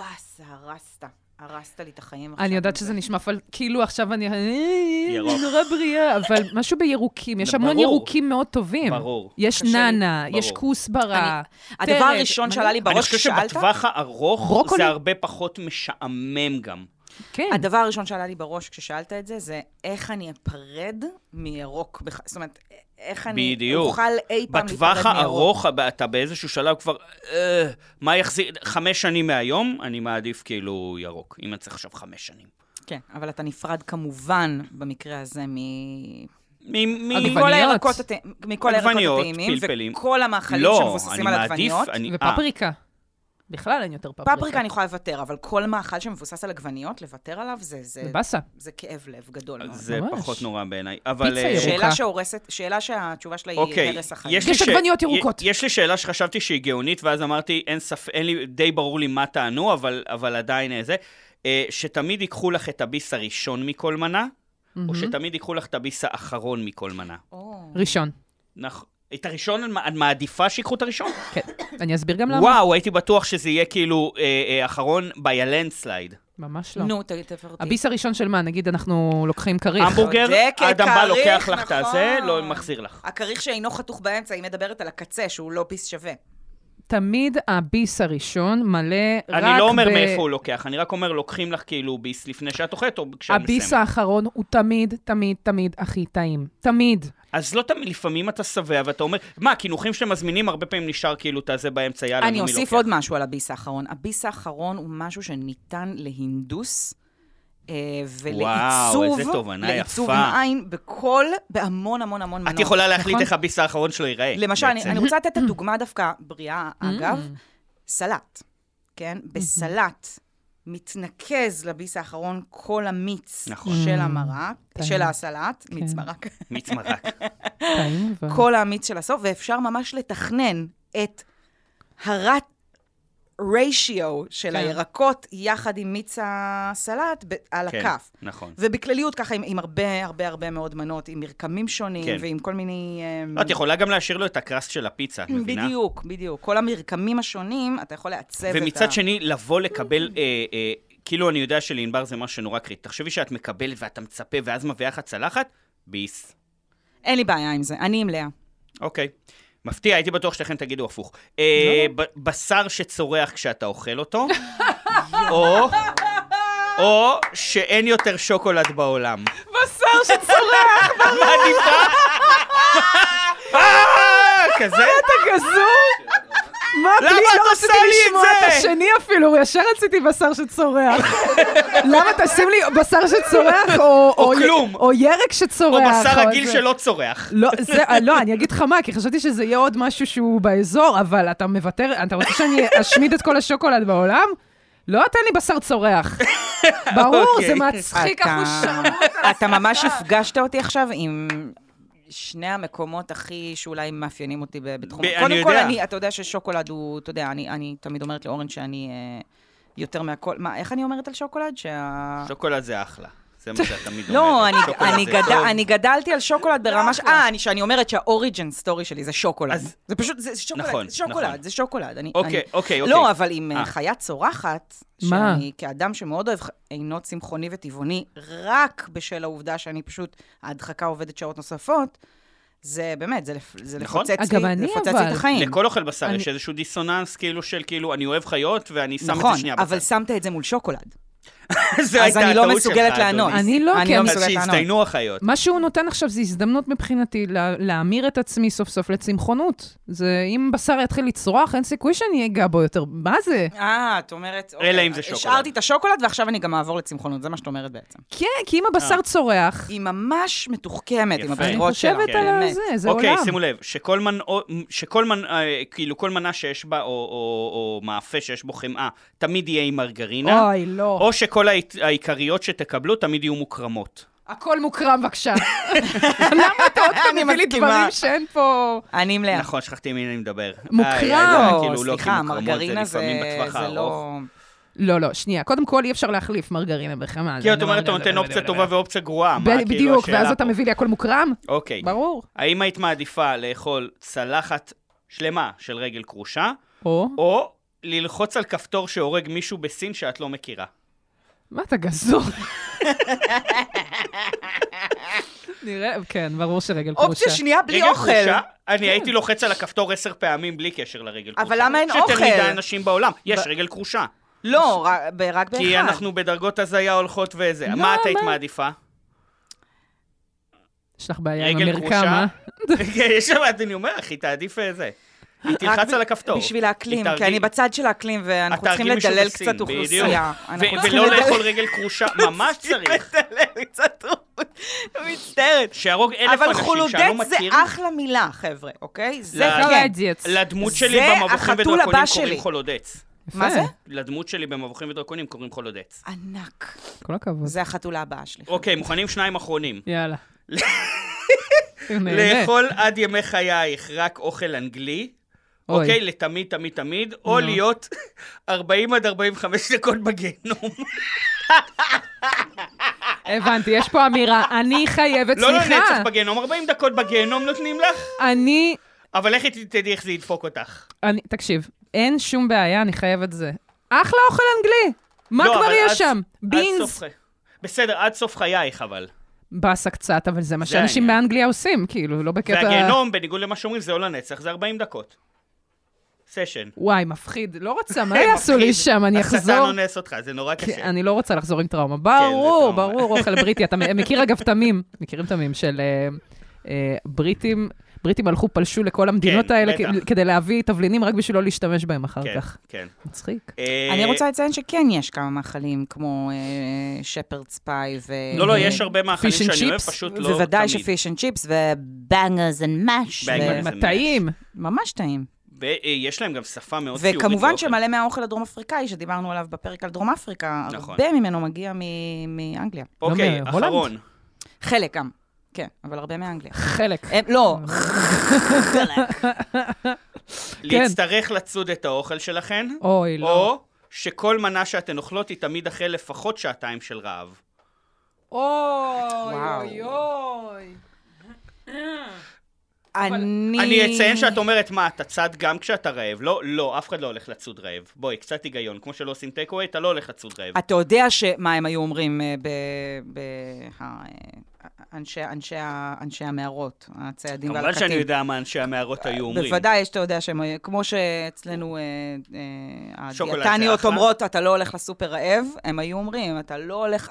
[SPEAKER 2] הרסת לי את החיים עכשיו.
[SPEAKER 3] אני יודעת שזה נשמע, אבל כאילו עכשיו אני נורא בריאה, אבל משהו בירוקים, יש המון ירוקים מאוד טובים.
[SPEAKER 1] ברור.
[SPEAKER 3] יש ננה, יש כוסברה.
[SPEAKER 2] הדבר הראשון שעלה לי בראש
[SPEAKER 1] כששאלת... אני חושב שבטווח הארוך זה הרבה פחות משעמם גם.
[SPEAKER 2] כן. הדבר הראשון שעלה לי בראש כששאלת את זה, זה איך אני אפרד מירוק. זאת אומרת, איך אני אוכל אי פעם להתפרד מירוק.
[SPEAKER 1] בטווח הארוך, אתה באיזשהו שלב כבר, מה יחזיר, 5 שנים מהיום, אני מעדיף כאילו ירוק, אם אני צריך עכשיו 5 שנים.
[SPEAKER 2] כן, אבל אתה נפרד כמובן במקרה הזה
[SPEAKER 1] מכל
[SPEAKER 2] הירקות הטעימים, וכל המאכלים שמבוססים על עגבניות.
[SPEAKER 3] ופפריקה. בכלל אין יותר פפריקה.
[SPEAKER 2] פפריקה אני יכולה לוותר, אבל כל מאכל שמבוסס על עגבניות, לוותר עליו, זה כאב לב גדול מאוד.
[SPEAKER 1] זה פחות נורא בעיניי.
[SPEAKER 2] שאלה שהתשובה שלה היא הרס החיים.
[SPEAKER 3] יש עגבניות ירוקות.
[SPEAKER 1] יש לי שאלה שחשבתי שהיא גאונית, ואז אמרתי, אין לי, די ברור לי מה טענו, אבל עדיין זה, שתמיד ייקחו לך את הביס הראשון מכל מנה, או שתמיד ייקחו לך את הביס האחרון מכל מנה.
[SPEAKER 3] ראשון.
[SPEAKER 1] נכון. את הראשון, את מעדיפה שיקחו את הראשון?
[SPEAKER 3] כן, אני אסביר גם למה.
[SPEAKER 1] וואו, הייתי בטוח שזה יהיה כאילו אחרון by a landslide.
[SPEAKER 3] ממש לא.
[SPEAKER 2] נו, תפר אותי.
[SPEAKER 3] הביס הראשון של מה? נגיד אנחנו לוקחים כריך.
[SPEAKER 1] המבורגר, אדם בא לוקח לך את הזה, לא מחזיר לך.
[SPEAKER 2] הכריך שאינו חתוך באמצע, היא מדברת על הקצה, שהוא לא ביס שווה.
[SPEAKER 3] תמיד הביס הראשון מלא רק
[SPEAKER 1] אני לא אומר מאיפה הוא לוקח, אני רק אומר, לוקחים לך כאילו ביס לפני שאת אוכלת או כשאת מסיימת.
[SPEAKER 3] הביס האחרון הוא תמיד הכי טעים. תמיד.
[SPEAKER 1] אז לא תמיד, לפעמים אתה שבע ואתה אומר, מה, כינוכים שאתם מזמינים הרבה פעמים נשאר כאילו את הזה באמצע, יאללה,
[SPEAKER 2] אני אוסיף עוד משהו על הביס האחרון. הביס האחרון הוא משהו שניתן להינדוס, ולעיצוב עין בהמון מנות.
[SPEAKER 1] את יכולה להחליט איך הביס האחרון שלו ייראה.
[SPEAKER 2] למשל, אני רוצה לתת את הדוגמה דווקא בריאה, אגב, סלט, כן? בסלט מתנקז לביס האחרון כל המיץ של המרק, של הסלט, מיץ מרק.
[SPEAKER 1] מיץ מרק.
[SPEAKER 2] כל המיץ של הסוף, ואפשר ממש לתכנן את ריישיו של הירקות יחד עם מיץ הסלט על הכף.
[SPEAKER 1] נכון.
[SPEAKER 2] ובכלליות ככה עם הרבה מאוד מנות, עם מרקמים שונים ועם כל מיני...
[SPEAKER 1] את יכולה גם להשאיר לו את הקרסט של הפיצה, את מבינה?
[SPEAKER 2] בדיוק. כל המרקמים השונים, אתה יכול לעצב את ה...
[SPEAKER 1] ומצד שני, לבוא לקבל... כאילו אני יודע שלענבר זה משהו שנורא קריטי. תחשבי שאת מקבלת ואתה מצפה ואז מביאה לך צלחת, ביס.
[SPEAKER 2] אין לי בעיה עם זה, אני עם לאה.
[SPEAKER 1] אוקיי. מפתיע, הייתי בטוח שתכן תגידו הפוך. בשר שצורח כשאתה אוכל אותו, או שאין יותר שוקולד בעולם.
[SPEAKER 3] בשר שצורח!
[SPEAKER 1] מה עדיפה? כזה?
[SPEAKER 3] אתה גזור? מה?
[SPEAKER 1] למה את עושה לי את זה?
[SPEAKER 3] את השני אפילו, ישר רציתי בשר שצורח. למה תשים לי בשר שצורח,
[SPEAKER 1] או כלום.
[SPEAKER 3] או ירק שצורח.
[SPEAKER 1] או בשר רגיל שלא צורח.
[SPEAKER 3] לא, אני אגיד לך מה, כי חשבתי שזה יהיה עוד משהו שהוא באזור, אבל אתה מוותר, אתה רוצה שאני אשמיד את כל השוקולד בעולם? לא, תן לי בשר צורח. ברור, זה מצחיק
[SPEAKER 2] אתה ממש הפגשת אותי עכשיו עם... שני המקומות הכי שאולי מאפיינים אותי בתחום. קודם כל, אתה יודע ששוקולד הוא, אתה יודע, אני תמיד אומרת לאורן שאני יותר מהכל, מה, איך אני אומרת על שוקולד?
[SPEAKER 1] שוקולד זה אחלה. זה מה שאת תמיד
[SPEAKER 2] אומרת. לא, אני גדלתי על שוקולד ברמה שאני אומרת שהאוריג'ן סטורי שלי זה שוקולד. זה פשוט, זה שוקולד, זה שוקולד.
[SPEAKER 1] אוקיי.
[SPEAKER 2] לא, אבל עם חיה צורחת, שאני כאדם שמאוד אוהב אינו צמחוני וטבעוני, רק בשל העובדה שאני פשוט, ההדחקה עובדת שעות נוספות, זה באמת, זה לפוצץ לי את החיים.
[SPEAKER 1] לכל אוכל בשר יש איזשהו דיסוננס כאילו, אני אוהב חיות ואני שם את זה שנייה
[SPEAKER 2] בצד. נכון, אבל שמת את זה מול שוקולד. אז אני לא מסוגלת לענות.
[SPEAKER 3] אני לא,
[SPEAKER 2] כי אני
[SPEAKER 1] שהסתיינו החיות.
[SPEAKER 3] מה שהוא נותן עכשיו זה הזדמנות מבחינתי להמיר את עצמי סוף סוף לצמחונות. זה, אם בשר יתחיל לצרוח, אין סיכוי שאני אגע בו יותר. מה זה?
[SPEAKER 2] את אומרת,
[SPEAKER 1] אלא אם זה שוקולד.
[SPEAKER 2] השארתי את השוקולד ועכשיו אני גם אעבור לצמחונות. זה מה שאת אומרת בעצם.
[SPEAKER 3] כן, כי אם הבשר צורח...
[SPEAKER 2] היא ממש מתוחכמת עם הבחירות
[SPEAKER 3] שלה. אני חושבת על זה, זה עולם.
[SPEAKER 1] אוקיי, שימו לב, שכל מנה שיש בה, או מאפה שיש בו חמאה, תמיד יהיה עם מרגרינה.
[SPEAKER 3] אוי, לא.
[SPEAKER 1] או שכל העיקריות שתקבלו תמיד יהיו מוקרמות.
[SPEAKER 3] הכל מוקרם, בבקשה. למה אתה עוד פעם מביא לי דברים שאין פה...
[SPEAKER 2] אני מלאה.
[SPEAKER 1] נכון, שכחתי מי אני מדבר.
[SPEAKER 3] מוקרם.
[SPEAKER 2] סליחה, מרגרינה זה לא...
[SPEAKER 3] לא, שנייה. קודם כל, אי אפשר להחליף מרגרינה בחמאה.
[SPEAKER 1] כי את אומרת, אתה נותן אופציה טובה ואופציה גרועה.
[SPEAKER 3] בדיוק, ואז אתה מביא לי הכל מוקרם?
[SPEAKER 1] אוקיי.
[SPEAKER 3] ברור.
[SPEAKER 1] האם היית מעדיפה לאכול צלחת שלמה של רגל קרושה, או ללחוץ על כפתור שהורג מישהו בסין שאת לא מכירה?
[SPEAKER 3] מה אתה גזור? נראה, כן, ברור שרגל קרושה.
[SPEAKER 2] אופציה שנייה בלי אוכל.
[SPEAKER 1] אני הייתי לוחץ על הכפתור 10 פעמים בלי קשר לרגל קרושה.
[SPEAKER 2] אבל למה אין אוכל?
[SPEAKER 1] שיותר מדי אנשים בעולם. יש רגל קרושה.
[SPEAKER 2] לא, רק באחד.
[SPEAKER 1] כי אנחנו בדרגות הזיה הולכות וזה. מה את היית מעדיפה?
[SPEAKER 3] יש לך בעיה עם המרקם, אה?
[SPEAKER 1] יש שם, אני אומר, אחי, תעדיף זה. היא תלחץ על הכפתור.
[SPEAKER 2] בשביל האקלים, כי אני בצד של האקלים, ואנחנו צריכים לדלל קצת אוכלוסייה.
[SPEAKER 1] ולא לאכול רגל קרושה, ממש צריך.
[SPEAKER 2] לדלל קצת אוכלוסייה. מצטערת.
[SPEAKER 1] שיהרוג 1,000 אנשים שאני לא מכיר.
[SPEAKER 2] אבל חולודץ זה אחלה מילה, חבר'ה, אוקיי? זה
[SPEAKER 3] כן.
[SPEAKER 1] לדמות שלי במבוכים ודרקונים קוראים חולודץ.
[SPEAKER 2] מה זה?
[SPEAKER 1] לדמות שלי במבוכים ודרקונים קוראים חולודץ.
[SPEAKER 2] ענק.
[SPEAKER 3] כל הכבוד.
[SPEAKER 2] זה החתולה הבאה שלי.
[SPEAKER 1] אוקיי, מוכנים 2 אחרונים.
[SPEAKER 3] יאללה.
[SPEAKER 1] לאכול עד ימי חייך רק אוכל אנגלי, אוקיי, לתמיד, תמיד, תמיד, או להיות 40 עד 45 דקות בגיהנום.
[SPEAKER 3] הבנתי, יש פה אמירה, אני חייבת, סליחה.
[SPEAKER 1] לא נצח בגיהנום, 40 דקות בגיהנום נותנים לך? אבל איך תדעי איך זה ידפוק אותך?
[SPEAKER 3] תקשיב, אין שום בעיה, אני חייבת זה. אחלה אוכל אנגלי. מה כבר יש שם? בינס.
[SPEAKER 1] בסדר, עד סוף חייך, אבל.
[SPEAKER 3] בסה קצת, אבל זה מה שאנשים באנגליה עושים, כאילו, לא בקטע...
[SPEAKER 1] והגיהנום, בניגוד למה שאומרים, זה לא לנצח, זה 40 דקות. סשן.
[SPEAKER 3] וואי, מפחיד. לא רוצה, מה יעשו לי שם? אני אחזור...
[SPEAKER 1] השטן אונס אותך, זה נורא קשה.
[SPEAKER 3] אני לא רוצה לחזור עם טראומה. ברור, אוכל בריטי. אתה מכיר אגב תמים, מכירים תמים של בריטים הלכו, פלשו לכל המדינות האלה כדי להביא תבלינים רק בשביל לא להשתמש בהם אחר כך.
[SPEAKER 1] כן.
[SPEAKER 3] מצחיק.
[SPEAKER 2] אני רוצה לציין שכן יש כמה מאכלים, כמו שפרדס פאי ו...
[SPEAKER 1] לא, יש הרבה מאכלים שאני אוהב, פשוט לא תמיד.
[SPEAKER 2] בוודאי שפיש אנד צ'יפס ובנגרס אנד מאש.
[SPEAKER 3] טעים.
[SPEAKER 2] ממש טעים.
[SPEAKER 1] יש להם גם שפה מאוד ציורית.
[SPEAKER 2] וכמובן שמלא מהאוכל הדרום אפריקאי, שדיברנו עליו בפרק על דרום אפריקה, הרבה ממנו מגיע מאנגליה.
[SPEAKER 1] אוקיי, אחרון.
[SPEAKER 2] חלק גם, כן, אבל הרבה מאנגליה.
[SPEAKER 3] חלק.
[SPEAKER 2] לא.
[SPEAKER 1] להצטרך לצוד את האוכל שלכן,
[SPEAKER 3] אוי, לא.
[SPEAKER 1] או שכל מנה שאתן אוכלות היא תמיד אחרי לפחות 2 שעתיים של רעב.
[SPEAKER 3] אוי, אוי, אוי.
[SPEAKER 1] אני אציין שאת אומרת, מה, אתה צד גם כשאתה רעב? לא, אף אחד לא הולך לצוד רעב. בואי, קצת היגיון. כמו שלא עושים טייק-אווי, אתה לא הולך לצוד רעב.
[SPEAKER 2] אתה יודע מה הם היו אומרים אנשי המערות, הציידים והלקטים.
[SPEAKER 1] כמובן שאני יודע מה אנשי המערות היו אומרים.
[SPEAKER 2] בוודאי, שאתה יודע שהם, כמו שאצלנו הדיאטניות אומרות, אתה לא הולך לסופר רעב, הם היו אומרים, אתה לא הולך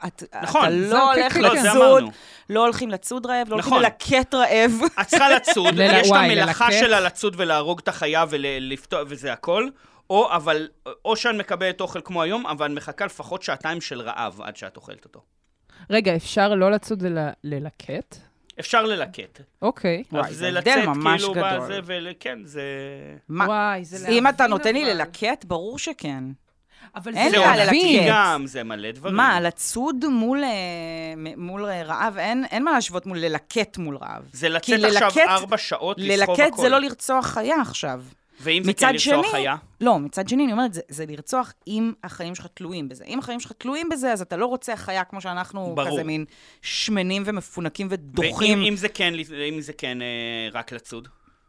[SPEAKER 2] לצוד, לא הולכים לצוד רעב, לא הולכים ללקט רעב.
[SPEAKER 1] את צריכה לצוד, יש את המלאכה שלה לצוד ולהרוג את החיה וזה הכל, או שאת מקבלת אוכל כמו היום, אבל מחכה לפחות 2 שעתיים של רעב עד שאת אוכלת אותו.
[SPEAKER 3] רגע, אפשר לא לצוד ללקט?
[SPEAKER 1] אפשר ללקט.
[SPEAKER 3] אוקיי.
[SPEAKER 1] אבל זה לצאת כאילו בזה, וכן, זה...
[SPEAKER 3] וואי, זה
[SPEAKER 2] אם אתה נותן לי ללקט, ברור שכן.
[SPEAKER 3] אבל
[SPEAKER 2] זה
[SPEAKER 1] להבין. גם, זה מלא דברים.
[SPEAKER 2] מה, לצוד מול רעב, אין מה להשוות מול ללקט מול רעב.
[SPEAKER 1] זה לצאת עכשיו 4 שעות לסחוב הכל.
[SPEAKER 2] ללקט זה לא לרצוח חיה עכשיו.
[SPEAKER 1] ואם זה כן לרצוח חיה?
[SPEAKER 2] לא, מצד שני, אני אומרת, זה לרצוח אם החיים שלך תלויים בזה. אם החיים שלך תלויים בזה, אז אתה לא רוצה חיה כמו שאנחנו כזה מין שמנים ומפונקים ודוחים.
[SPEAKER 1] ואם זה כן רק לצוד?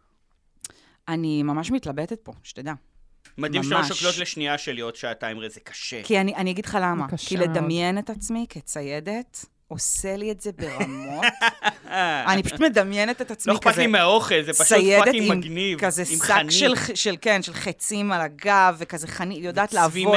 [SPEAKER 2] אני ממש מתלבטת פה, שתדע.
[SPEAKER 1] מדהים שלא שוקלות לשנייה שלי עוד 2 שעתיים, זה קשה.
[SPEAKER 2] כי אני אגיד לך למה. כי לדמיין את עצמי כציידת, עושה לי את זה ברמות. אני פשוט מדמיינת את עצמי כזה.
[SPEAKER 1] לא אכפת לי מהאוכל, זה פשוט פאקינג מגניב.
[SPEAKER 2] כזה שק של חצים על הגב, וכזה חנית, יודעת לעבור,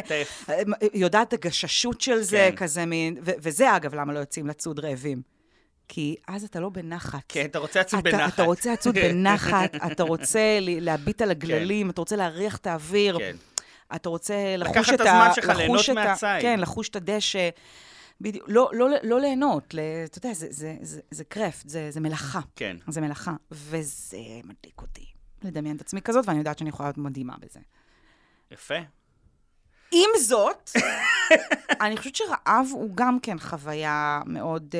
[SPEAKER 2] יודעת הגששות של זה, כזה מין, וזה אגב למה לא יוצאים לצוד רעבים. כי אז אתה לא בנחת.
[SPEAKER 1] כן, אתה רוצה לצוד בנחת.
[SPEAKER 2] אתה רוצה לצוד בנחת, אתה רוצה להביט על הגללים, אתה רוצה להריח את האוויר, אתה רוצה לחוש את
[SPEAKER 1] הזמן שלך, ליהנות מהציים.
[SPEAKER 2] כן, לחוש את הדשא. בדיוק, לא ליהנות, אתה יודע, זה קרפט, זה מלאכה.
[SPEAKER 1] כן.
[SPEAKER 2] זה מלאכה, וזה מדליק אותי. לדמיין את עצמי כזאת, ואני יודעת שאני יכולה להיות מדהימה בזה.
[SPEAKER 1] יפה.
[SPEAKER 2] עם זאת, אני חושבת שרעב הוא גם כן חוויה מאוד...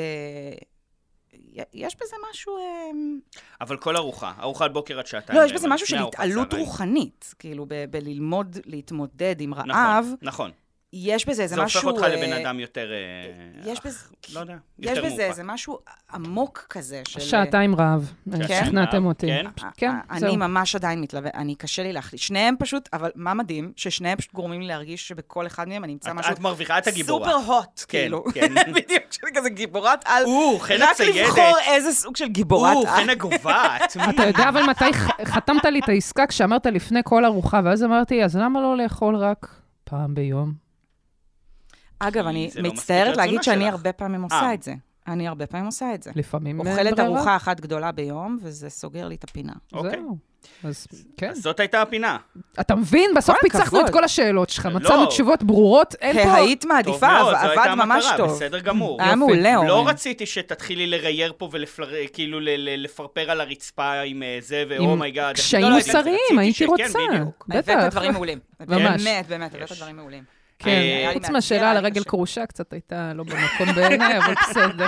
[SPEAKER 2] יש בזה משהו...
[SPEAKER 1] אבל כל ארוחת בוקר עד 2 שעתיים.
[SPEAKER 2] לא, יש בזה משהו של התעלות רוחנית, כאילו, בללמוד להתמודד עם רעב.
[SPEAKER 1] נכון.
[SPEAKER 2] יש בזה איזה משהו...
[SPEAKER 1] זה הופך אותך לבן אדם יותר... לא יודע, יותר מופע.
[SPEAKER 2] יש בזה איזה משהו עמוק כזה של...
[SPEAKER 3] 2 שעתיים רעב. שכנעתם אותי.
[SPEAKER 1] כן?
[SPEAKER 2] אני ממש עדיין מתלווה, אני קשה לי להחליט. שניהם פשוט, אבל מה מדהים? ששניהם פשוט גורמים לי להרגיש שבכל אחד מהם אני אמצא משהו...
[SPEAKER 1] את מרוויחה את הגיבורה.
[SPEAKER 2] סופר הוט, כאילו.
[SPEAKER 1] כן.
[SPEAKER 2] בדיוק, שאני כזה גיבורת על...
[SPEAKER 1] חן הציידת.
[SPEAKER 2] רק לבחור איזה סוג של גיבורת על.
[SPEAKER 1] חן הגובעת.
[SPEAKER 3] אתה יודע, אבל מתי חתמת לי את העסקה כשאמרת לפני כל ארוחה, ואז אמרתי, אז למה לא לאכול רק פעם ביום?
[SPEAKER 2] אגב, אני מצטערת להגיד שאני הרבה פעמים עושה את זה. אני הרבה פעמים עושה את זה.
[SPEAKER 3] לפעמים
[SPEAKER 2] אוכלת ארוחה אחת גדולה ביום, וזה סוגר לי את הפינה.
[SPEAKER 3] זהו. אז כן.
[SPEAKER 1] אז זאת הייתה הפינה.
[SPEAKER 3] אתה מבין? בסוף פיצחנו את כל השאלות שלך. מצאנו תשובות ברורות.
[SPEAKER 2] היית מעדיפה, עבד ממש טוב.
[SPEAKER 1] בסדר גמור.
[SPEAKER 2] היה מעולה, אורן.
[SPEAKER 1] לא רציתי שתתחילי לרייר פה וכאילו לפרפר על הרצפה עם זה, ואומייגאד.
[SPEAKER 3] קשיים מוסריים, הייתי רוצה.
[SPEAKER 2] הבאת דברים מעולים.
[SPEAKER 3] ממש.
[SPEAKER 2] באמת, הבאת דברים מעולים.
[SPEAKER 3] כן, חוץ מהשאלה על הרגל קרושה, קצת הייתה לא במקום בעיניי, אבל בסדר.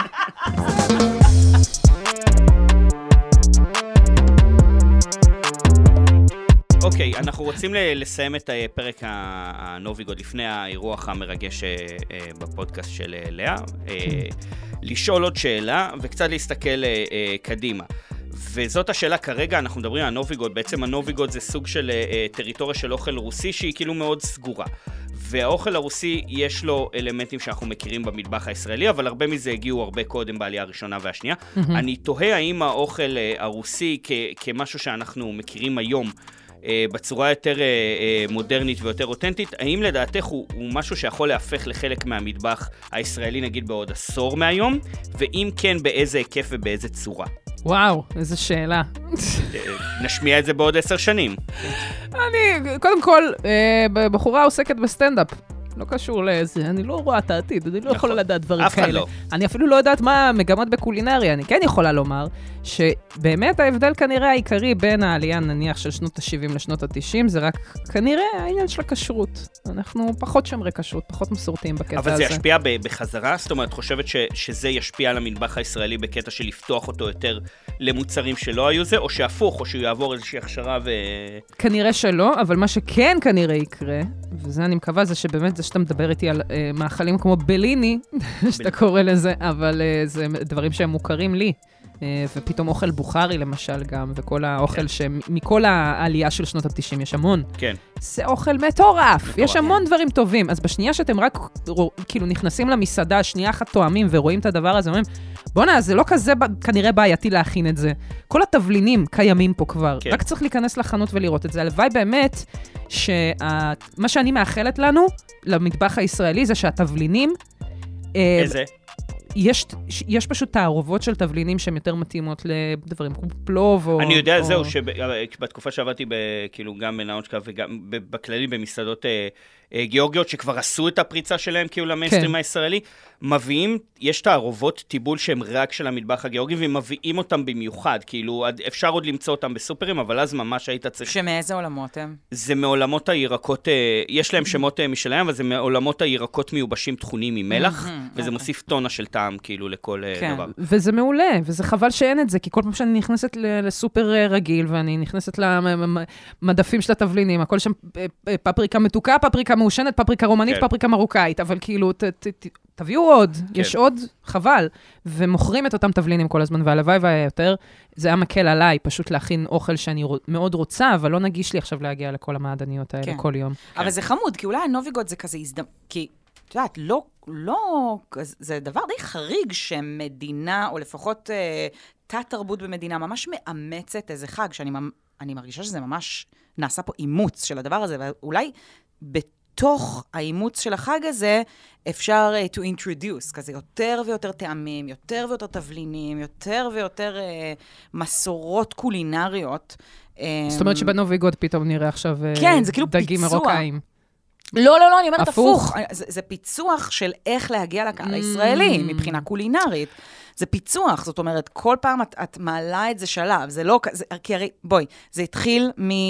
[SPEAKER 1] אוקיי, אנחנו רוצים לסיים את פרק הנוביגוד לפני האירוח המרגש בפודקאסט של לאה, לשאול עוד שאלה וקצת להסתכל קדימה. וזאת השאלה כרגע, אנחנו מדברים על הנוביגוד, בעצם הנוביגוד זה סוג של טריטוריה של אוכל רוסי שהיא כאילו מאוד סגורה. והאוכל הרוסי יש לו אלמנטים שאנחנו מכירים במטבח הישראלי, אבל הרבה מזה הגיעו הרבה קודם בעלייה הראשונה והשנייה. אני תוהה האם האוכל הרוסי כמשהו שאנחנו מכירים היום, בצורה יותר מודרנית ויותר אותנטית, האם לדעתך הוא משהו שיכול להפך לחלק מהמטבח הישראלי נגיד בעוד עשור מהיום, ואם כן באיזה היקף ובאיזה צורה?
[SPEAKER 3] וואו, איזו שאלה.
[SPEAKER 1] נשמיע את זה בעוד 10 שנים.
[SPEAKER 3] קודם כל, בחורה עוסקת בסטנדאפ. לא קשור לזה, אני לא רואה את העתיד, אני לא יכולה לדעת דברים
[SPEAKER 1] אף אחד
[SPEAKER 3] כאלה.
[SPEAKER 1] לא.
[SPEAKER 3] אני אפילו לא יודעת מה המגמות בקולינריה, אני כן יכולה לומר שבאמת ההבדל כנראה העיקרי בין העלייה נניח של שנות ה-70 לשנות ה-90, זה רק כנראה העניין של הכשרות. אנחנו פחות שומרי כשרות, פחות מסורתיים בקטע הזה.
[SPEAKER 1] אבל זה ישפיע בחזרה? זאת אומרת, חושבת שזה ישפיע על המטבח הישראלי בקטע של לפתוח אותו יותר למוצרים שלא היו זה, או שהפוך, או שהוא יעבור איזושהי הכשרה
[SPEAKER 3] כנראה שלא, אבל מה שכן כנראה יקרה, וזה אני מקווה, זה שבאמת זה שאתה מדבר איתי על מאכלים כמו בליני, שאתה קורא לזה, אבל זה דברים שהם מוכרים לי. ופתאום אוכל בוכרי למשל גם, וכל האוכל שמכל העלייה של שנות ה-90 יש המון.
[SPEAKER 1] כן.
[SPEAKER 3] זה אוכל מטורף, יש המון דברים טובים. אז בשנייה שאתם רק כאילו נכנסים למסעדה, שנייה אחת תואמים ורואים את הדבר הזה, אומרים, בונה, זה לא כזה כנראה בעייתי להכין את זה. כל התבלינים קיימים פה כבר, רק צריך להיכנס לחנות ולראות את זה. הלוואי באמת שמה שאני מאחלת לנו, למטבח הישראלי, זה שהתבלינים...
[SPEAKER 1] איזה?
[SPEAKER 3] יש פשוט תערובות של תבלינים שהן יותר מתאימות לדברים כמו פלוב או...
[SPEAKER 1] אני יודע, זהו, שבתקופה שעבדתי כאילו גם בנאונשקה וגם בכללי במסעדות גיאורגיות שכבר עשו את הפריצה שלהם כאילו למיינסטרים הישראלי, מביאים, יש תערובות טיבול שהן רק של המטבח הגיאורגי, ומביאים אותם במיוחד, כאילו אפשר עוד למצוא אותם בסופרים, אבל אז ממש היית צריך...
[SPEAKER 2] שמאיזה עולמות הם?
[SPEAKER 1] זה מעולמות הירקות, יש להם שמות משלהם, אבל זה מעולמות הירקות מיובשים תכונים ממלח, וזה מוסיף טונה של טעם כאילו לכל דבר.
[SPEAKER 3] וזה מעולה, וזה חבל שאין את זה, כי כל פעם שאני נכנסת לסופר רגיל, ואני נכנסת למדפים של התבלינים, הכל שם פפריקה מתוקה, פפריקה מעושנת, פפריקה רומנית, פפריקה מרוקאית, אבל כאילו תביאו עוד, יש עוד, חבל, ומוכרים את אותם תבלינים כל הזמן, והלוואי והיה יותר, זה היה מקל עליי, פשוט להכין אוכל שאני מאוד רוצה, אבל לא נגיש לי עכשיו להגיע לכל המעדניות האלה כל יום.
[SPEAKER 2] אבל זה חמוד, כי אולי הנוביגוד זה כזה כי, את יודעת, לא, זה דבר די חריג שמדינה, או לפחות תת-תרבות במדינה, ממש מאמצת איזה חג, שאני מרגישה שזה ממש נעשה פה אימוץ של הדבר הזה, ואולי בתוך האימוץ של החג הזה, אפשר to introduce, כזה יותר ויותר טעמים, יותר ויותר תבלינים, יותר ויותר מסורות קולינריות.
[SPEAKER 3] זאת אומרת שבנוביגוד פתאום נראה עכשיו
[SPEAKER 2] כן, זה כאילו
[SPEAKER 3] דגים מרוקאים.
[SPEAKER 2] לא, אני אומרת הפוך. זה פיצוח של איך להגיע לקהל הישראלי, מבחינה קולינרית. זה פיצוח, זאת אומרת, כל פעם את מעלה את זה שלב, זה לא, כי הרי, בואי, זה התחיל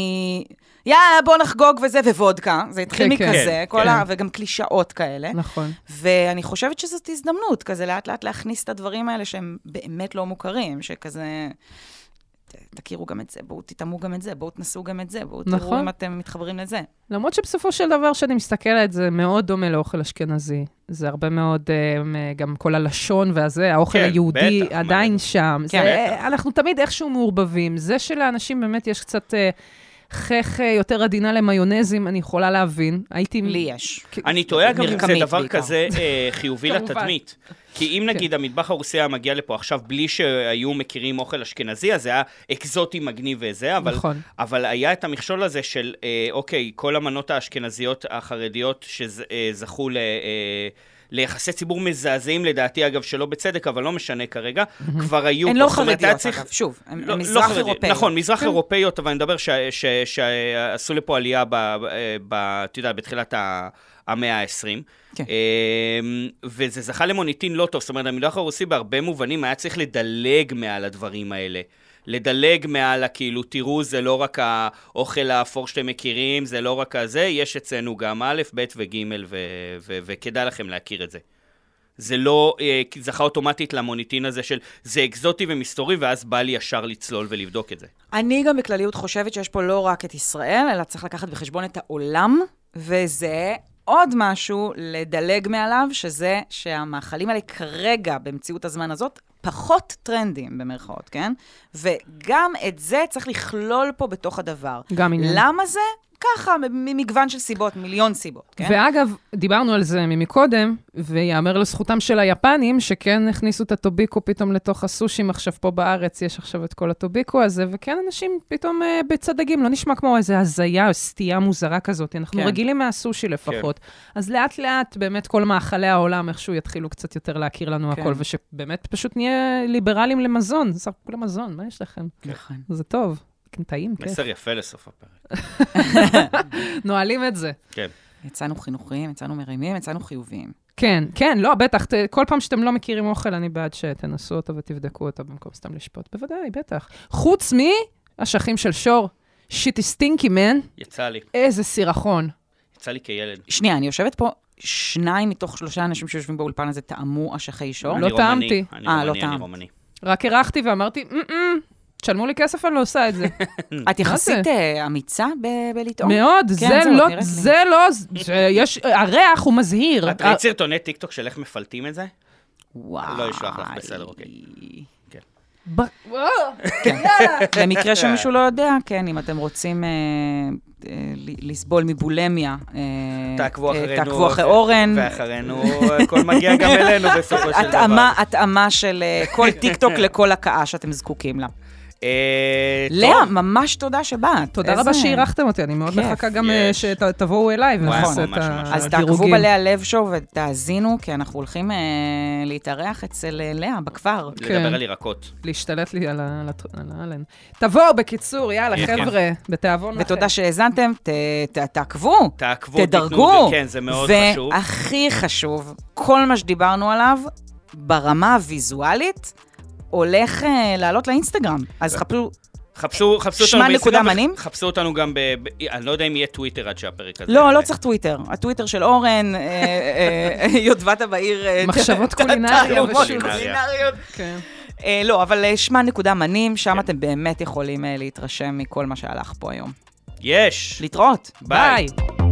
[SPEAKER 2] בוא נחגוג וזה, ווודקה, זה התחיל מכזה, וגם קלישאות כאלה.
[SPEAKER 3] נכון.
[SPEAKER 2] ואני חושבת שזאת הזדמנות, כזה לאט לאט להכניס את הדברים האלה שהם באמת לא מוכרים, שכזה... תכירו גם את זה, בואו תתאמו גם את זה, בואו תנסו גם את זה, בואו תראו אם אתם מתחברים לזה.
[SPEAKER 3] למרות שבסופו של דבר שאני מסתכלת, זה מאוד דומה לאוכל אשכנזי. זה הרבה מאוד, גם כל הלשון והזה, האוכל היהודי עדיין שם. אנחנו תמיד איכשהו מעורבבים. זה שלאנשים באמת יש קצת חך יותר עדינה למיונזים, אני יכולה להבין.
[SPEAKER 2] לי יש.
[SPEAKER 1] אני טועה גם אם זה דבר כזה חיובי לתדמית. כי אם נגיד המטבח הרוסי היה מגיע לפה עכשיו בלי שהיו מכירים אוכל אשכנזי, אז זה היה אקזוטי מגניב וזה, אבל היה את המכשול הזה של, אוקיי, כל המנות האשכנזיות החרדיות שזכו ליחסי ציבור מזעזעים, לדעתי אגב שלא בצדק, אבל לא משנה כרגע, כבר היו...
[SPEAKER 2] הן לא חרדיות אגב, שוב, הן מזרח אירופאיות.
[SPEAKER 1] נכון, מזרח אירופאיות, אבל אני מדבר שעשו לפה עלייה, אתה יודע, בתחילת המאה ה-20, וזה זכה למוניטין לא טוב, זאת אומרת, המטבח הרוסי בהרבה מובנים היה צריך לדלג מעל הדברים האלה. לדלג מעל, כאילו, תראו, זה לא רק האוכל האפור שאתם מכירים, זה לא רק הזה, יש אצלנו גם א', ב' וג' וכדאי לכם להכיר את זה. זה לא זכה אוטומטית למוניטין הזה של זה אקזוטי ומסתורי, ואז בא לי ישר לצלול ולבדוק את זה.
[SPEAKER 2] אני גם בכלליות חושבת שיש פה לא רק את ישראל, אלא צריך לקחת בחשבון את העולם, וזה עוד משהו לדלג מעליו, שזה שהמאכלים האלה כרגע, במציאות הזמן הזאת, פחות טרנדים במרכאות, כן? וגם את זה צריך לכלול פה בתוך הדבר.
[SPEAKER 3] גם עניין.
[SPEAKER 2] למה זה? ככה, ממגוון של סיבות, מיליון סיבות, כן?
[SPEAKER 3] ואגב, דיברנו על זה מקודם, ויאמר לזכותם של היפנים, שכן הכניסו את הטוביקו פתאום לתוך הסושים, עכשיו פה בארץ יש עכשיו את כל הטוביקו הזה, וכן אנשים פתאום בצדגים, לא נשמע כמו איזו הזיה או סטייה מוזרה כזאת, אנחנו רגילים מהסושי לפחות. אז לאט לאט באמת כל מאכלי העולם איכשהו יתחילו קצת יותר להכיר לנו הכל, ושבאמת פשוט נהיה ליברלים למזון, זה כולה מזון, מה יש לכם? זה טוב. טעים, כיף.
[SPEAKER 1] מסר יפה לסוף הפרק.
[SPEAKER 3] נועלים את זה.
[SPEAKER 1] כן.
[SPEAKER 2] יצאנו חינוכיים, יצאנו מרימים, יצאנו חיוביים.
[SPEAKER 3] כן, כן, לא, בטח, כל פעם שאתם לא מכירים אוכל, אני בעד שתנסו אותו ותבדקו אותו במקום סתם לשפוט. בוודאי, בטח. חוץ מהשכים של שור, שיטי סטינקי, מן.
[SPEAKER 1] יצא לי.
[SPEAKER 3] איזה סירחון.
[SPEAKER 1] יצא לי כילד.
[SPEAKER 2] שנייה, אני יושבת פה, 2 מתוך 3 אנשים שיושבים באולפן הזה טעמו אשכי שור.
[SPEAKER 3] לא טעמתי.
[SPEAKER 1] אני רומני.
[SPEAKER 3] רק ערכתי ואמרתי, תשלמו לי כסף, אני לא עושה את זה.
[SPEAKER 2] את יחסית אמיצה בלטעום?
[SPEAKER 3] מאוד, זה לא, הריח הוא מזהיר.
[SPEAKER 1] את ראית סרטוני טיקטוק של איך מפלטים את זה?
[SPEAKER 2] וואו.
[SPEAKER 1] לא ישלח לך בסדר, אוקיי.
[SPEAKER 2] למקרה שמישהו לא יודע, כן, אם אתם רוצים לסבול מבולמיה, תעקבו אחרי אורן.
[SPEAKER 1] ואחרינו, הכל מגיע גם אלינו בסופו של דבר.
[SPEAKER 2] התאמה של כל טיקטוק לכל הקאה שאתם זקוקים לה. לאה, ממש תודה שבאת.
[SPEAKER 3] תודה רבה שהערכתם אותי, אני מאוד מחכה גם שתבואו אליי ונעשה את הדירוגים.
[SPEAKER 2] אז תעקבו בלאה לב שואו ותאזינו, כי אנחנו הולכים להתארח אצל לאה בכפר.
[SPEAKER 1] לדבר על ירקות.
[SPEAKER 3] להשתלט לי על האלן. תבואו בקיצור, יאללה חבר'ה, בתיאבון לכם.
[SPEAKER 2] ותודה שהאזנתם, תעקבו,
[SPEAKER 1] תדרגו, כן, זה מאוד חשוב.
[SPEAKER 2] והכי חשוב, כל מה שדיברנו עליו, ברמה הוויזואלית, הולך לעלות לאינסטגרם. אז
[SPEAKER 1] חפשו
[SPEAKER 2] אותנו באינסטגרם,
[SPEAKER 1] חפשו אותנו גם אני לא יודע אם יהיה טוויטר עד שהפרק הזה.
[SPEAKER 2] לא צריך טוויטר. הטוויטר של אורן, יודבת בעיר...
[SPEAKER 3] מחשבות קולינריות.
[SPEAKER 2] לא, אבל שמן.מנים, שם אתם באמת יכולים להתרשם מכל מה שהלך פה היום.
[SPEAKER 1] יש.
[SPEAKER 2] להתראות.
[SPEAKER 1] ביי.